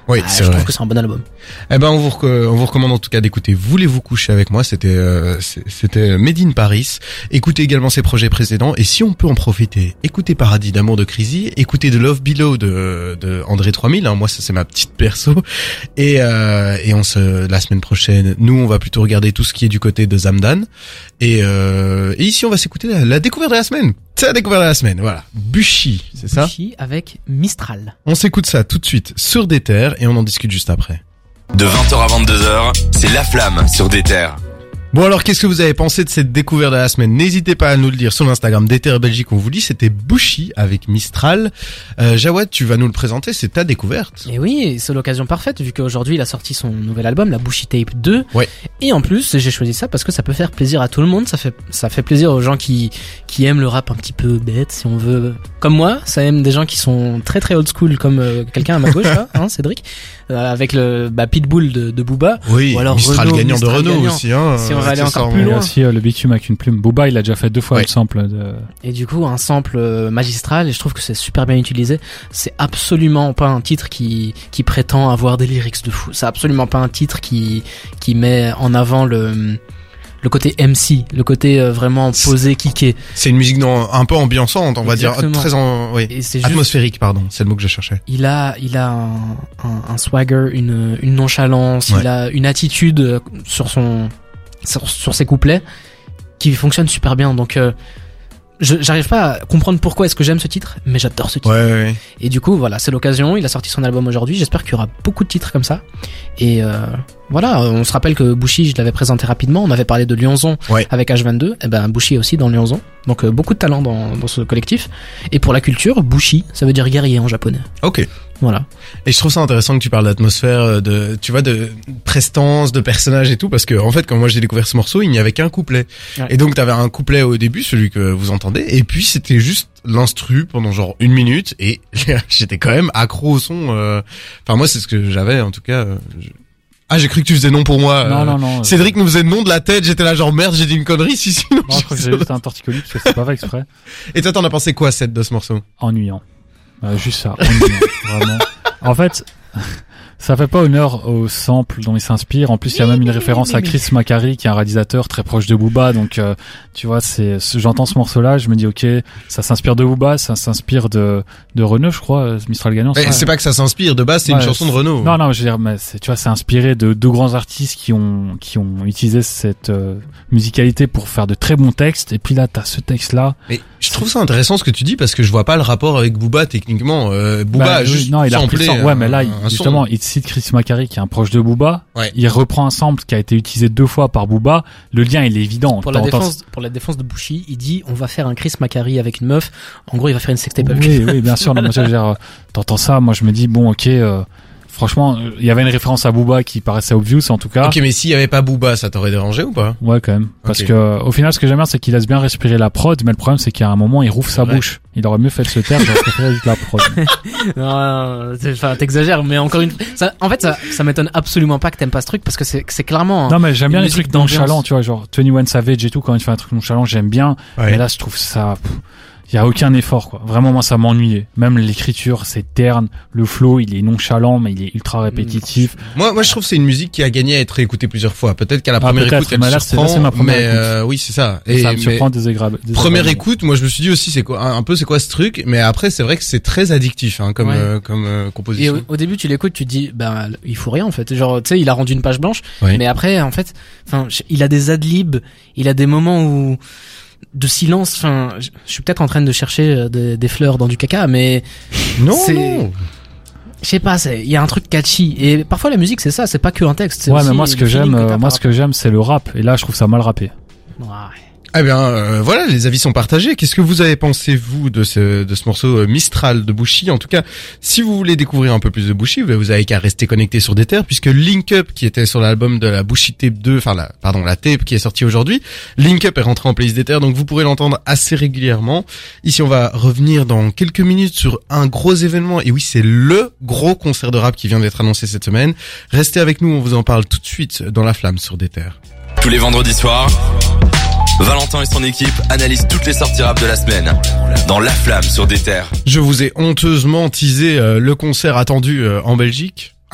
Oui, ah, c'est je vrai. trouve que c'est un bon album. Eh ben, on vous, rec- on vous recommande en tout cas d'écouter Voulez-vous coucher avec moi. C'était, euh, c'est- c'était Made in Paris. Écoutez également ses projets précédents. Et si on peut en profiter, écoutez Paradis d'amour de Crazy. Écoutez The Love Below de, de André trois mille. Hein. Moi, ça c'est ma petite perso. Et, euh, et on se, la semaine prochaine, nous, on va plutôt regarder tout ce qui est du côté de Zamdan. Et, euh, et ici, on va s'écouter la, la découverte de la semaine. C'est la découverte de la semaine. Voilà. Bushi, c'est ça? Bushi avec Mistral. On s'écoute ça tout de suite sur des terres et on en discute juste après. De vingt heures à vingt-deux heures, c'est La Flamme sur des terres. Bon alors, qu'est-ce que vous avez pensé de cette découverte de la semaine? N'hésitez pas à nous le dire sur l'Instagram d'Ether Belgique. On vous dit, c'était Bushi avec Mistral. Euh, Jawad, tu vas nous le présenter, c'est ta découverte. Et oui, c'est l'occasion parfaite vu qu'aujourd'hui il a sorti son nouvel album, la Bushi Tape deux. Ouais. Et en plus, j'ai choisi ça parce que ça peut faire plaisir à tout le monde. Ça fait, ça fait plaisir aux gens qui, qui aiment le rap un petit peu bête, si on veut. Comme moi, ça aime des gens qui sont très très old school, comme euh, quelqu'un à ma gauche, là, hein, Cédric, euh, avec le bah, Pitbull de, de Booba. Oui, Ou alors Mistral Renault, gagnant Mistral de Renault gagnant. aussi. Hein, Si on va aller encore accessoirement. plus Il y a loin. aussi euh, le bitume avec une plume. Booba, il a déjà fait deux fois Ouais. le sample de... Et du coup, un sample euh, magistral, et je trouve que c'est super bien utilisé. C'est absolument pas un titre qui qui prétend avoir des lyrics de fou. C'est absolument pas un titre qui qui met en avant le le côté M C, le côté euh, vraiment posé, kické. C'est une musique dans, un peu ambiançante, on va Exactement. dire, très en, oui, Et c'est juste, atmosphérique, pardon, c'est le mot que je cherchais. il a il a un, un, un swagger, une une nonchalance, Ouais. il a une attitude euh, sur son sur, sur ses couplets qui fonctionne super bien. Donc euh, je j'arrive pas à comprendre pourquoi est-ce que j'aime ce titre, mais j'adore ce titre. Ouais, ouais, ouais. Et du coup, voilà, c'est l'occasion. Il a sorti son album aujourd'hui. J'espère qu'il y aura beaucoup de titres comme ça. Et euh, voilà, on se rappelle que Bushi, je l'avais présenté rapidement. On avait parlé de Lyonzon Ouais. avec H vingt-deux. Et ben, Bushi est aussi dans Lyonzon. Donc euh, beaucoup de talent dans, dans ce collectif. Et pour la culture, Bushi, ça veut dire guerrier en japonais. Ok. Voilà. Et je trouve ça intéressant que tu parles d'atmosphère, de, tu vois, de prestance, de personnages et tout, parce que en fait, quand moi j'ai découvert ce morceau, il n'y avait qu'un couplet. Ouais. Et donc t'avais un couplet au début, celui que vous entendez, et puis c'était juste l'instru pendant genre une minute, et j'étais quand même accro au son. euh. Enfin moi, c'est ce que j'avais en tout cas. euh, je- Ah, j'ai cru que tu faisais non pour moi. Non, euh. non, non. euh, Cédric nous faisait non de la tête, j'étais là genre merde, j'ai dit une connerie, si, si, non. Non, je crois que j'ai juste un torticolis parce que c'est pas fait exprès. Et toi, t'en as pensé quoi, cette de ce morceau? Ennuyant. Euh, juste ça, ennuyant. Vraiment. En fait, ça fait pas honneur au sample dont il s'inspire. En plus, il y a même une référence à Chris Macari, qui est un réalisateur très proche de Booba. Donc, euh, tu vois, c'est, j'entends ce morceau-là, je me dis, ok, ça s'inspire de Booba, ça s'inspire de, de Renaud, je crois, euh, Mistral gagnant. Mais ça. c'est pas que ça s'inspire, de base, c'est Ouais, une chanson de Renaud. Non, non, je veux dire, mais c'est, tu vois, c'est inspiré de deux grands artistes qui ont, qui ont utilisé cette euh, musicalité pour faire de très bons textes. Et puis là, t'as ce texte-là. Mais je trouve ça intéressant ce que tu dis parce que je vois pas le rapport avec Booba techniquement. Euh, Booba Bah, a oui, juste non, il a repris samplé le sample. Ouais, un- mais là, il- un son. justement, il cite Chris Macari, qui est un proche de Booba. Ouais. Il reprend un sample qui a été utilisé deux fois par Booba. Le lien, il est évident. Pour la T'entends- défense, pour la défense de Bushi, il dit, on va faire un Chris Macari avec une meuf. En gros, il va faire une sextape avec Oui, oui, bien sûr. Non, moi, je veux dire, euh, t'entends ça, moi, je me dis, bon, ok, euh, franchement, euh, il y avait une référence à Booba qui paraissait obvious, en tout cas. Ok, mais s'il y avait pas Booba, ça t'aurait dérangé ou pas? Ouais, quand même. Parce Ok. que, euh, au final, ce que j'aime bien, c'est qu'il laisse bien respirer la prod, mais le problème, c'est qu'à un moment, il rouvre sa vrai. bouche. Il aurait mieux fait de se taire, j'aurais préféré juste la prod. Non, non, c'est- enfin, t'exagères, mais encore une fois, ça, en fait, ça, ça m'étonne absolument pas que t'aimes pas ce truc parce que c'est, c'est clairement. Non, mais j'aime bien Une les trucs musique d'ambiance. nonchalants, tu vois, genre twenty one Savage et tout, quand il fait un truc nonchalant, j'aime bien. Ouais. Mais là, je trouve ça, il y a aucun effort, quoi. Vraiment, moi, ça m'ennuyait. Même l'écriture, c'est terne. Le flow, il est nonchalant, mais il est ultra répétitif. Moi, moi, je trouve que c'est une musique qui a gagné à être écoutée plusieurs fois. Peut-être qu'à la Ah, première peut-être, écoute, elle mais là, c'est- là, surprend, c'est ma première mais écoute. euh, oui, c'est ça. Et ça me mais surprend désagréable. première écoute, moi, je me suis dit aussi, c'est quoi, un, un peu, c'est quoi ce truc? Mais après, c'est vrai que c'est très addictif, hein, comme, Ouais. euh, comme euh, Et composition. au, au début, tu l'écoutes, tu te dis, ben, il faut rien en fait. Genre, tu sais, il a rendu une page blanche, Oui. mais après, en fait, enfin, je- il a des adlibs, il a des moments où de silence. Enfin, je je suis peut-être en train de chercher euh, des, des fleurs dans du caca, mais Non, c'est- non. je sais pas, c'est, il y a un truc catchy. Et parfois, la musique, c'est ça, c'est pas que un texte. c'est Ouais, aussi mais moi, ce le que feeling j'aime, que euh, t'as moi, par ce que j'aime, c'est le rap. Et là, je trouve ça mal rappé. rapport- Ouais. Eh bien, euh, voilà, les avis sont partagés. Qu'est-ce que vous avez pensé, vous, de ce, de ce morceau euh, Mistral de Bushi? En tout cas, si vous voulez découvrir un peu plus de Bushi, vous vous avez qu'à rester connecté sur des terres, puisque Link Up, qui était sur l'album de la Bushi Tape deux, enfin, la, pardon, la tape qui est sortie aujourd'hui, Link Up est rentré en playlist des terres, donc vous pourrez l'entendre assez régulièrement. Ici, on va revenir dans quelques minutes sur un gros événement. Et oui, c'est le gros concert de rap qui vient d'être annoncé cette semaine. Restez avec nous, on vous en parle tout de suite dans La Flamme sur des terres. Tous les vendredis soirs, Valentin et son équipe analysent toutes les sorties rap de la semaine dans La Flamme sur des terres. Je vous ai honteusement teasé euh, le concert attendu euh, en Belgique.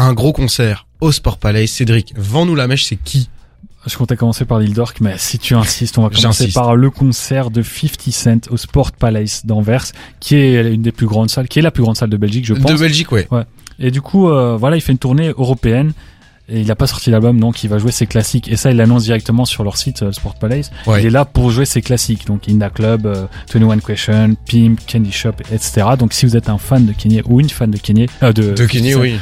un gros concert au Sport Palace. Cédric, vends-nous la mèche, c'est qui? Je comptais commencer par l'Île d'Orc, mais si tu insistes, on va commencer J'insiste. par le concert de fifty Cent au Sport Palace d'Anvers, qui est une des plus grandes salles, qui est la plus grande salle de Belgique, je pense. De Belgique, ouais. Ouais. Et du coup, euh, voilà, il fait une tournée européenne. Et il a pas sorti l'album, donc il va jouer ses classiques. Et ça, il l'annonce directement sur leur site, euh, Sport Palace. Ouais. Il est là pour jouer ses classiques. Donc Inda Club, euh, twenty-one Question, Pimp, Candy Shop, et cetera. Donc si vous êtes un fan de Kanye ou une fan de Kanye, euh, de, De Kanye, oui.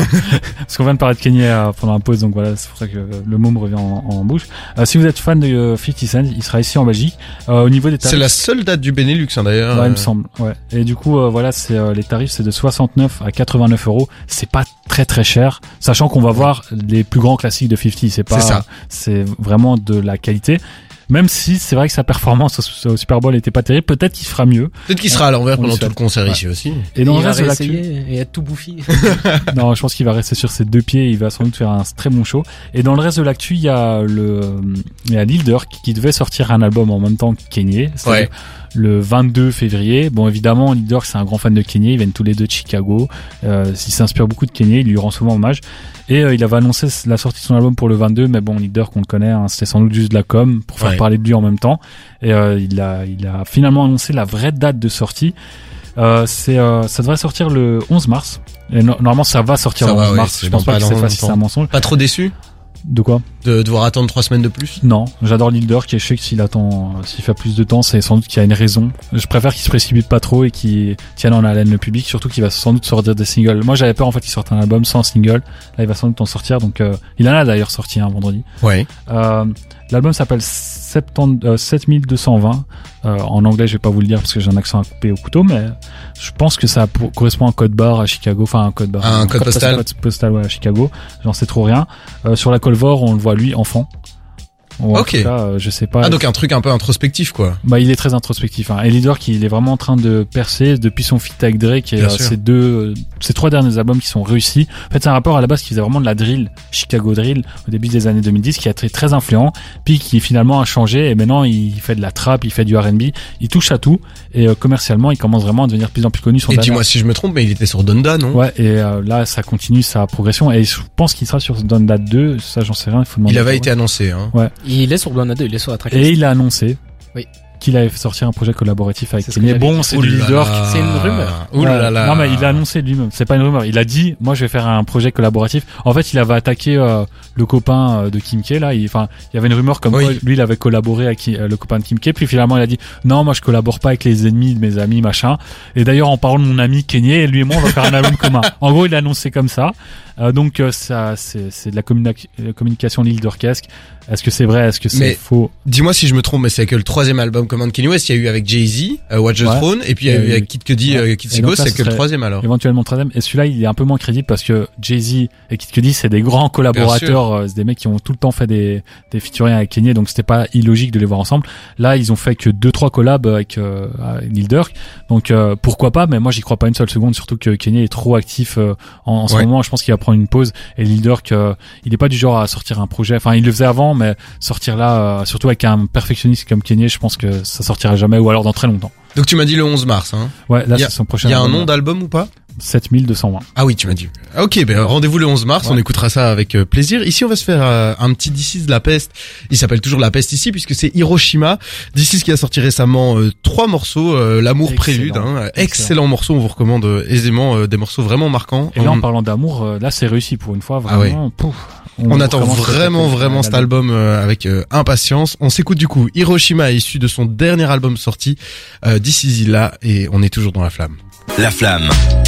parce qu'on vient de parler de Kanye euh, pendant un pause, donc voilà, c'est pour ça que euh, le mot me revient en, en bouche. Euh, si vous êtes fan de euh, fifty Cent, il sera ici en Belgique. Euh, au niveau des tarifs, C'est la seule date du Benelux, hein, d'ailleurs. ouais, il me Euh, semble. Ouais. Et du coup, euh, voilà, c'est euh, les tarifs, c'est de soixante-neuf à quatre-vingt-neuf euros. C'est pas très très cher, sachant qu'on va voir les plus grands classiques de fifty. C'est pas, C'est ça. c'est vraiment de la qualité. Même si c'est vrai que sa performance au, au Super Bowl était pas terrible, peut-être qu'il fera mieux. Peut-être qu'il sera à l'envers On pendant le tout souhaite. le concert Ouais. ici aussi. Et dans il le va reste de l'actu, réessayer et être tout bouffi. non, je pense qu'il va rester sur ses deux pieds. Il va sans doute faire un très bon show. Et dans le reste de l'actu, il y a le, il y a Lil Durk qui devait sortir un album en même temps que Kanye. Ouais. Le vingt-deux février. Bon, évidemment, Lil Durk, c'est un grand fan de Kanye. Ils viennent tous les deux de Chicago. Euh, il s'inspire beaucoup de Kanye. Il lui rend souvent hommage. Et euh, il avait annoncé la sortie de son album pour le vingt-deux. Mais bon, Lil Durk, on le connaît. Hein, c'était sans doute juste de la com pour faire Ouais. parler de lui en même temps. Et euh, il a, il a finalement annoncé la vraie date de sortie. Euh, c'est, euh, ça devrait sortir le onze mars. Et no- normalement, ça va sortir Ça le va, onze ouais, mars. c'est Je pense dans pas pas que cette longtemps. fois-ci c'est un mensonge. Pas trop déçu De quoi? de devoir attendre trois semaines de plus? Non, j'adore Lil Durk et je sais que s'il attend, euh, s'il fait plus de temps, c'est sans doute qu'il y a une raison. Je préfère qu'il se précipite pas trop et qu'il tienne en haleine le public, surtout qu'il va sans doute sortir des singles. Moi, j'avais peur en fait qu'il sorte un album sans single. Là, il va sans doute en sortir, donc euh, il en a d'ailleurs sorti un vendredi. Ouais. Euh, l'album s'appelle soixante-dix, euh, sept mille deux cent vingt. Euh, en anglais, je vais pas vous le dire parce que j'ai un accent à couper au couteau, mais je pense que ça pour- correspond à un code barre à Chicago, enfin un code barre, Un code postal. code postal ouais, à Chicago. J'en sais trop rien. Euh, sur la Colvor, on le voit lui enfant. Ou en Ok. tout cas, euh, je sais pas. Ah, donc un truc un peu introspectif, quoi. Bah, il est très introspectif. Hein. Et Lil Durk, il est vraiment en train de percer depuis son feat avec Drake et Bien euh, sûr. ces deux, euh, ces trois derniers albums qui sont réussis. En fait, c'est un rappeur à la base qui faisait vraiment de la drill, Chicago drill, au début des années deux mille dix, qui a été très influent, puis qui finalement a changé et maintenant il fait de la trap, il fait du R and B, il touche à tout et euh, commercialement, il commence vraiment à devenir de plus en plus connu. Son Et dernier- dis-moi si je me trompe, mais il était sur Donda, non? Ouais, et euh, là, ça continue sa progression et je pense qu'il sera sur Donda deux, ça j'en sais rien, il faut demander. Il avait à- été annoncé, hein. Il est sur Blonde deux, il est sur la tracklist. Et il a annoncé Oui. qu'il allait sortir un projet collaboratif avec C'est ce que Kanye. j'avais Bon, dit. c'est Ouh du là Lil Durk. là. C'est une rumeur. Ouh là Ouais. là. Non mais il a annoncé lui-même, c'est pas une rumeur. Il a dit, moi je vais faire un projet collaboratif. En fait, il avait attaqué euh, le copain euh, de Kim K là. Il, enfin, il y avait une rumeur comme Oui. quoi lui il avait collaboré avec euh, le copain de Kim K. Puis finalement il a dit, non moi je collabore pas avec les ennemis de mes amis machin. Et d'ailleurs en parlant de mon ami Kanye, lui et moi on va faire un album commun. En gros il a annoncé comme ça. Euh, donc euh, ça c'est c'est de la communi- euh, communication Lil Durkesque. Est-ce que c'est vrai? Est-ce que c'est Mais- faux? Dis-moi si je me trompe, mais c'est que le troisième album commun de Kanye West, il y a eu avec Jay-Z, euh, Watch the Ouais. Throne, et puis il y a eu avec Kid Cudi, Ouais. euh, Kid Et Sigo, donc là, c'est ce que le serait- troisième alors. Éventuellement troisième. Et celui-là, il est un peu moins crédible parce que Jay-Z et Kid Cudi, c'est des grands collaborateurs. euh, C'est des mecs qui ont tout le temps fait des, des featuring avec Kanye, donc c'était pas illogique de les voir ensemble. Là, ils ont fait que deux, trois collabs avec, euh, avec Lil Durk. Donc, euh, pourquoi pas, mais moi, j'y crois pas une seule seconde, surtout que Kanye est trop actif euh, en, en ce Ouais. moment. Je pense qu'il va prendre une pause. Et Lil Durk, euh, il est pas du genre à sortir un projet. Enfin, il le faisait avant, mais sortir là, euh, surtout avec un perfectionniste comme Kanye, je pense que ça sortira jamais ou alors dans très longtemps. Donc tu m'as dit le onze mars, hein. Ouais, là, Y a- c'est son prochain Il y a un album, nom d'album ou pas? sept mille deux cent vingt. Ah oui, tu m'as dit. Ok, ben rendez-vous le onze mars, Ouais. on écoutera ça avec euh, plaisir. Ici, on va se faire euh, un petit D six de la peste. Il s'appelle toujours la peste ici, puisque c'est Hiroshima. D six qui a sorti récemment euh, trois morceaux, euh, L'amour Excellent. prélude. Hein. Excellent. Excellent. morceau, on vous recommande euh, aisément euh, des morceaux vraiment marquants. Et là, en on, parlant d'amour, euh, là, c'est réussi pour une fois, Ah vraiment. Pouf, on attend recommence vraiment, cet vraiment cet album euh, avec euh, impatience. On s'écoute du coup Hiroshima, issu de son dernier album sorti, euh, This Is Là, et on est toujours dans la flamme. La flamme.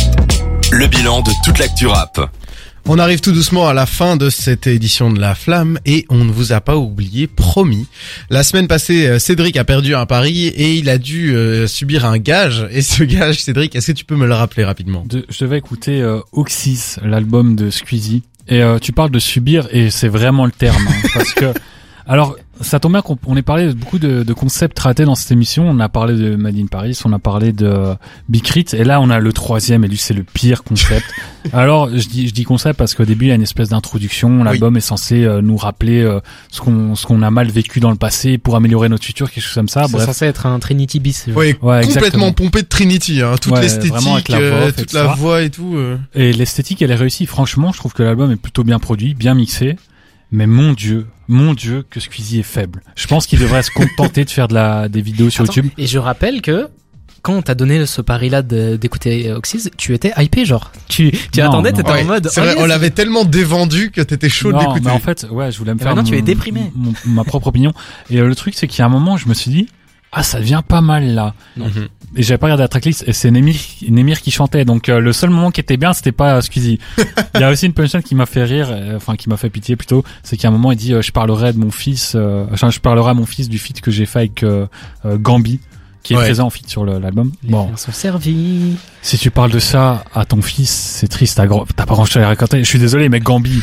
Le bilan de toute l'actu rap. On arrive tout doucement à la fin de cette édition de La Flamme et on ne vous a pas oublié, promis. La semaine passée, euh, Cédric a perdu un pari et il a dû euh, subir un gage. Et ce gage, Cédric, est-ce que tu peux me le rappeler rapidement? De, je devais écouter euh, Oxys, l'album de Squeezie. Et euh, tu parles de subir, et c'est vraiment le terme. Hein, parce que, alors, ça tombe bien qu'on on ait parlé de beaucoup de, de concepts ratés dans cette émission. On a parlé de Made in Paris, on a parlé de Big Crit, et là on a le troisième, et lui c'est le pire concept. Alors je dis je dis concept parce qu'au début il y a une espèce d'introduction. L'album oui. est censé euh, nous rappeler euh, ce qu'on ce qu'on a mal vécu dans le passé pour améliorer notre futur, quelque chose comme ça. C'est Bref. censé être un Trinity bis. Oui, ouais, complètement exactement. Pompé de Trinity, hein, toute ouais, l'esthétique, la euh, toute la voix et tout. Euh. Et l'esthétique elle est réussie. Franchement, je trouve que l'album est plutôt bien produit, bien mixé. Mais mon Dieu, mon Dieu, que Squeezie est faible. Je pense qu'il devrait se contenter de faire de la, des vidéos sur Attends, YouTube. Et je rappelle que quand on t'a donné ce pari-là de, d'écouter Oxys, tu étais hypé, genre. Tu, tu non, attendais, non. t'étais ouais, en mode. C'est vrai, oh, on l'avait tellement dévendu que t'étais chaud non, d'écouter. Mais en fait, ouais, je voulais me et faire. Maintenant, mon, tu es déprimé. Mon, ma propre opinion. Et euh, le truc, c'est qu'il y a un moment, je me suis dit, ah, ça devient pas mal là. Mm-hmm. Et j'avais pas regardé la tracklist et c'est Némir, Némir qui chantait. Donc euh, le seul moment qui était bien, c'était pas Squeezie. Il y a aussi une punchline qui m'a fait rire, euh, enfin qui m'a fait pitié plutôt. C'est qu'à un moment il dit euh, je parlerai de mon fils, euh, enfin je parlerai à mon fils du feat que j'ai fait avec euh, euh, Gambi, qui est ouais. présent en feat sur le, l'album. Les bon, sont servis. Si tu parles de ça à ton fils, c'est triste. T'as, gros, t'as pas grand chose à raconter. Je suis désolé, mais Gambi.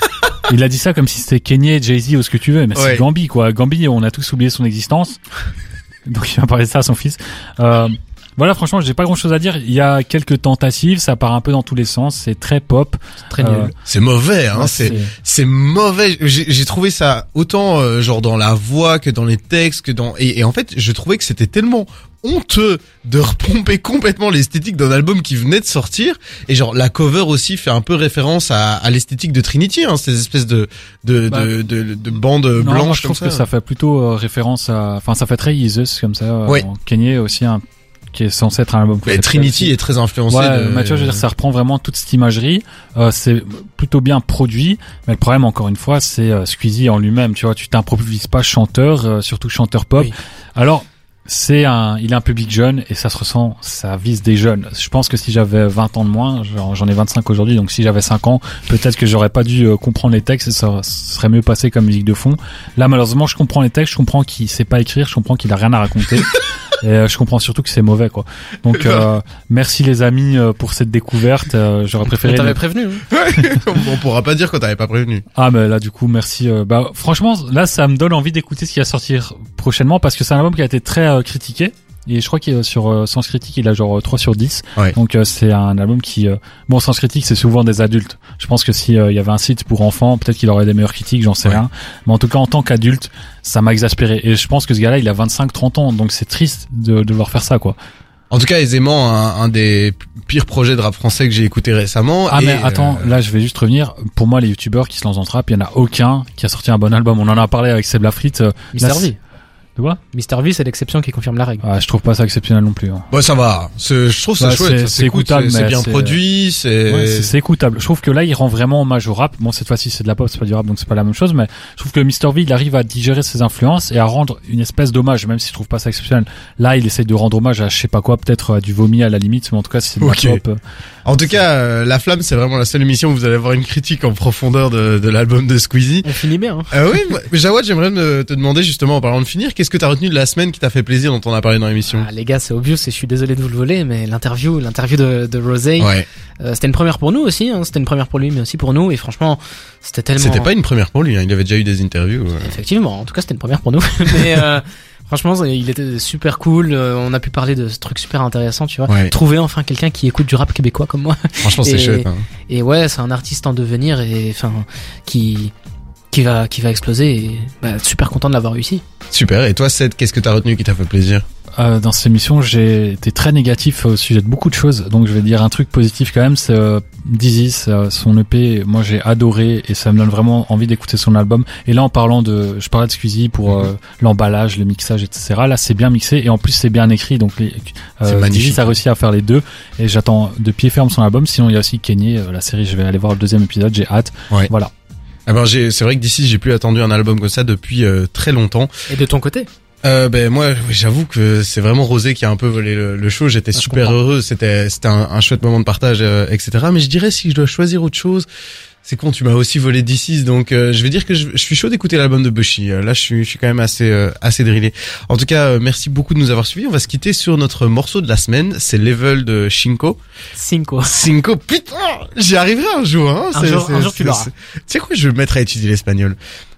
Il a dit ça comme si c'était Kanye, Jay-Z ou ce que tu veux, mais ouais. c'est Gambi quoi. Gambi, on a tous oublié son existence. Donc il va parler de ça à son fils. Euh, voilà, franchement, j'ai pas grand chose à dire. Il y a quelques tentatives, ça part un peu dans tous les sens, c'est très pop. C'est très nul. Euh, c'est mauvais, hein, ouais, c'est, c'est c'est mauvais. J'ai, j'ai trouvé ça autant euh, genre dans la voix que dans les textes que dans et, et en fait, je trouvais que c'était tellement honteux de repomper complètement l'esthétique d'un album qui venait de sortir, et genre la cover aussi fait un peu référence à, à l'esthétique de Trinity, hein, ces espèces de de bah, de, de, de bandes non, blanches moi, je comme trouve ça. que ça fait plutôt euh, référence à, enfin ça fait très Yeezus comme ça. Oui. Euh, Kanye aussi un qui est censé être un album. Mais Trinity est très influencé. Ouais, de... Mathieu, je veux dire, ça reprend vraiment toute cette imagerie. Euh, c'est plutôt bien produit, mais le problème, encore une fois, c'est euh, Squeezie en lui-même. Tu vois, tu t'improvises pas chanteur, euh, surtout chanteur pop. Oui. Alors, c'est un, il a un public jeune et ça se ressent, ça vise des jeunes. Je pense que si j'avais vingt ans de moins, genre, j'en ai vingt-cinq aujourd'hui, donc si j'avais cinq ans, peut-être que j'aurais pas dû euh, comprendre les textes et ça serait mieux passé comme musique de fond. Là, malheureusement, je comprends les textes, je comprends qu'il sait pas écrire, je comprends qu'il a rien à raconter. Et euh, je comprends surtout que c'est mauvais, quoi. Donc, euh, merci les amis euh, pour cette découverte. Euh, j'aurais préféré. On t'avait prévenu. Hein. On pourra pas dire qu'on t'avait pas prévenu. Ah, mais là, du coup, merci. Euh, bah, franchement, là, ça me donne envie d'écouter ce qui va sortir prochainement parce que c'est un album qui a été très euh, critiqué. Et je crois qu'il est sur euh, Sens Critique, il a genre trois sur dix. Ouais. Donc euh, c'est un album qui euh... bon, Sens Critique, c'est souvent des adultes. Je pense que si il euh, y avait un site pour enfants, peut-être qu'il aurait des meilleures critiques, j'en sais ouais. rien. Mais en tout cas, en tant qu'adulte, ça m'a exaspéré. Et je pense que ce gars-là, il a vingt-cinq trente ans, donc c'est triste de, de devoir faire ça, quoi. En tout cas, aisément, un, un des pires projets de rap français que j'ai écouté récemment. Ah et mais attends, euh... là je vais juste revenir. Pour moi, les youtubeurs qui se lancent dans le rap, il y en a aucun qui a sorti un bon album. On en a parlé avec Seb Lafrite. Euh, Mister V. De quoi? Mister V, c'est l'exception qui confirme la règle. Ah, je trouve pas ça exceptionnel non plus. Hein. Bon, ça va. C'est, je trouve ça bah, chouette. C'est, c'est écoutable, c'est, c'est bien c'est... produit, c'est... Ouais, c'est... c'est écoutable. Je trouve que là, il rend vraiment hommage au rap. Bon, cette fois-ci, c'est de la pop, c'est pas du rap, donc c'est pas la même chose, mais je trouve que Mister V, il arrive à digérer ses influences et à rendre une espèce d'hommage, même si je trouve pas ça exceptionnel. Là, il essaye de rendre hommage à je sais pas quoi, peut-être à du vomi à la limite, mais en tout cas, c'est de okay. la pop. En tout cas, euh, La Flamme, c'est vraiment la seule émission où vous allez avoir une critique en profondeur de, de l'album de Squeezie. On finit bien. Hein. Euh, oui, mais Jawad, j'aimerais me, te demander justement, en parlant de finir, qu'est-ce que t'as retenu de la semaine qui t'a fait plaisir, dont on a parlé dans l'émission? Ah, les gars, c'est obvious, et je suis désolé de vous le voler, mais l'interview, l'interview de, de Rosé, ouais. euh, c'était une première pour nous aussi, hein, c'était une première pour lui, mais aussi pour nous, et franchement, c'était tellement... C'était pas une première pour lui, hein, il avait déjà eu des interviews. Ouais. Effectivement, en tout cas, c'était une première pour nous, mais... Euh, franchement, il était super cool. Euh, on a pu parler de ce truc super intéressant, tu vois. Ouais. Trouver enfin quelqu'un qui écoute du rap québécois comme moi. Franchement, c'est chouette. Hein. Et ouais, c'est un artiste en devenir et enfin qui qui va qui va exploser. Et bah, super content de l'avoir réussi. Super. Et toi, Seth, qu'est-ce que t'as retenu qui t'a fait plaisir? Euh, dans cette émission, j'ai été très négatif au sujet de beaucoup de choses, donc je vais dire un truc positif quand même. C'est euh, Dizzy, euh, son E P, moi j'ai adoré et ça me donne vraiment envie d'écouter son album. Et là, en parlant de, je parlais de Squeezie pour euh, l'emballage, le mixage, et cetera. Là, c'est bien mixé et en plus c'est bien écrit, donc les, euh, Dizzy a réussi à faire les deux et j'attends de pied ferme son album. Sinon, il y a aussi Kanye, euh, la série. Je vais aller voir le deuxième épisode, j'ai hâte. Ouais. Voilà. Ah ben, j'ai, c'est vrai que d'ici, j'ai plus attendu un album comme ça depuis euh, très longtemps. Et de ton côté? Euh, ben moi, j'avoue que c'est vraiment Rosé qui a un peu volé le, le show. J'étais ah, super heureux. C'était, c'était un, un chouette moment de partage, euh, et cetera. Mais je dirais si je dois choisir autre chose, c'est con. Tu m'as aussi volé D six, donc euh, je vais dire que je, je suis chaud d'écouter l'album de Bushy. Euh, là, je suis, je suis quand même assez, euh, assez drillé. En tout cas, euh, merci beaucoup de nous avoir suivis. On va se quitter sur notre morceau de la semaine. C'est Level de Cinco. Cinco. Cinco. Putain, j'y arriverai un jour. Hein. Un c'est, jour, c'est, un jour tu l'auras. Tu sais quoi, je vais me mettre à étudier l'espagnol.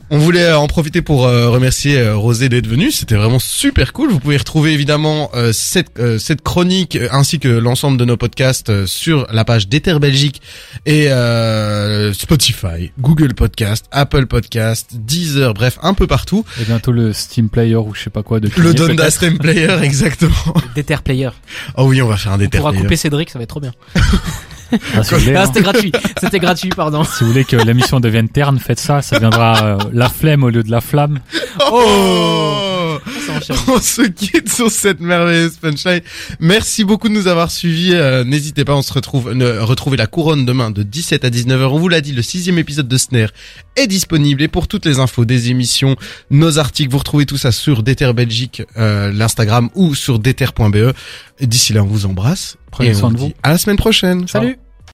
On voulait en profiter pour euh, remercier euh, Rosé d'être venue. C'était vraiment super cool. Vous pouvez retrouver évidemment euh, cette euh, cette chronique euh, ainsi que l'ensemble de nos podcasts euh, sur la page d'Ether Belgique et euh, Spotify, Google Podcast, Apple Podcast, Deezer, bref, un peu partout. Et bientôt le Steam Player ou je sais pas quoi de Le Donda Steam Player, exactement. D'Ether Player. Oh oui, on va faire un Ether On pourra Player. couper Cédric, ça va être trop bien. Ah, si vous voulez, Ah, hein. c'était gratuit. C'était gratuit, pardon. Si vous voulez que l'émission devienne terne, faites ça, ça deviendra euh, la flemme au lieu de la flamme. Oh, Ça enchaîne. on se quitte sur cette merveilleuse punchline. Merci beaucoup de nous avoir suivis. Euh, n'hésitez pas, on se retrouve, ne, retrouver la couronne demain de dix-sept à dix-neuf heures. On vous l'a dit, le sixième épisode de Snare est disponible. Et pour toutes les infos des émissions, nos articles, vous retrouvez tout ça sur d'Ether Belgique, euh, l'Instagram ou sur d'ether point be. Et d'ici là, on vous embrasse. Prenez et on soin de vous vous. dit à la semaine prochaine. Salut.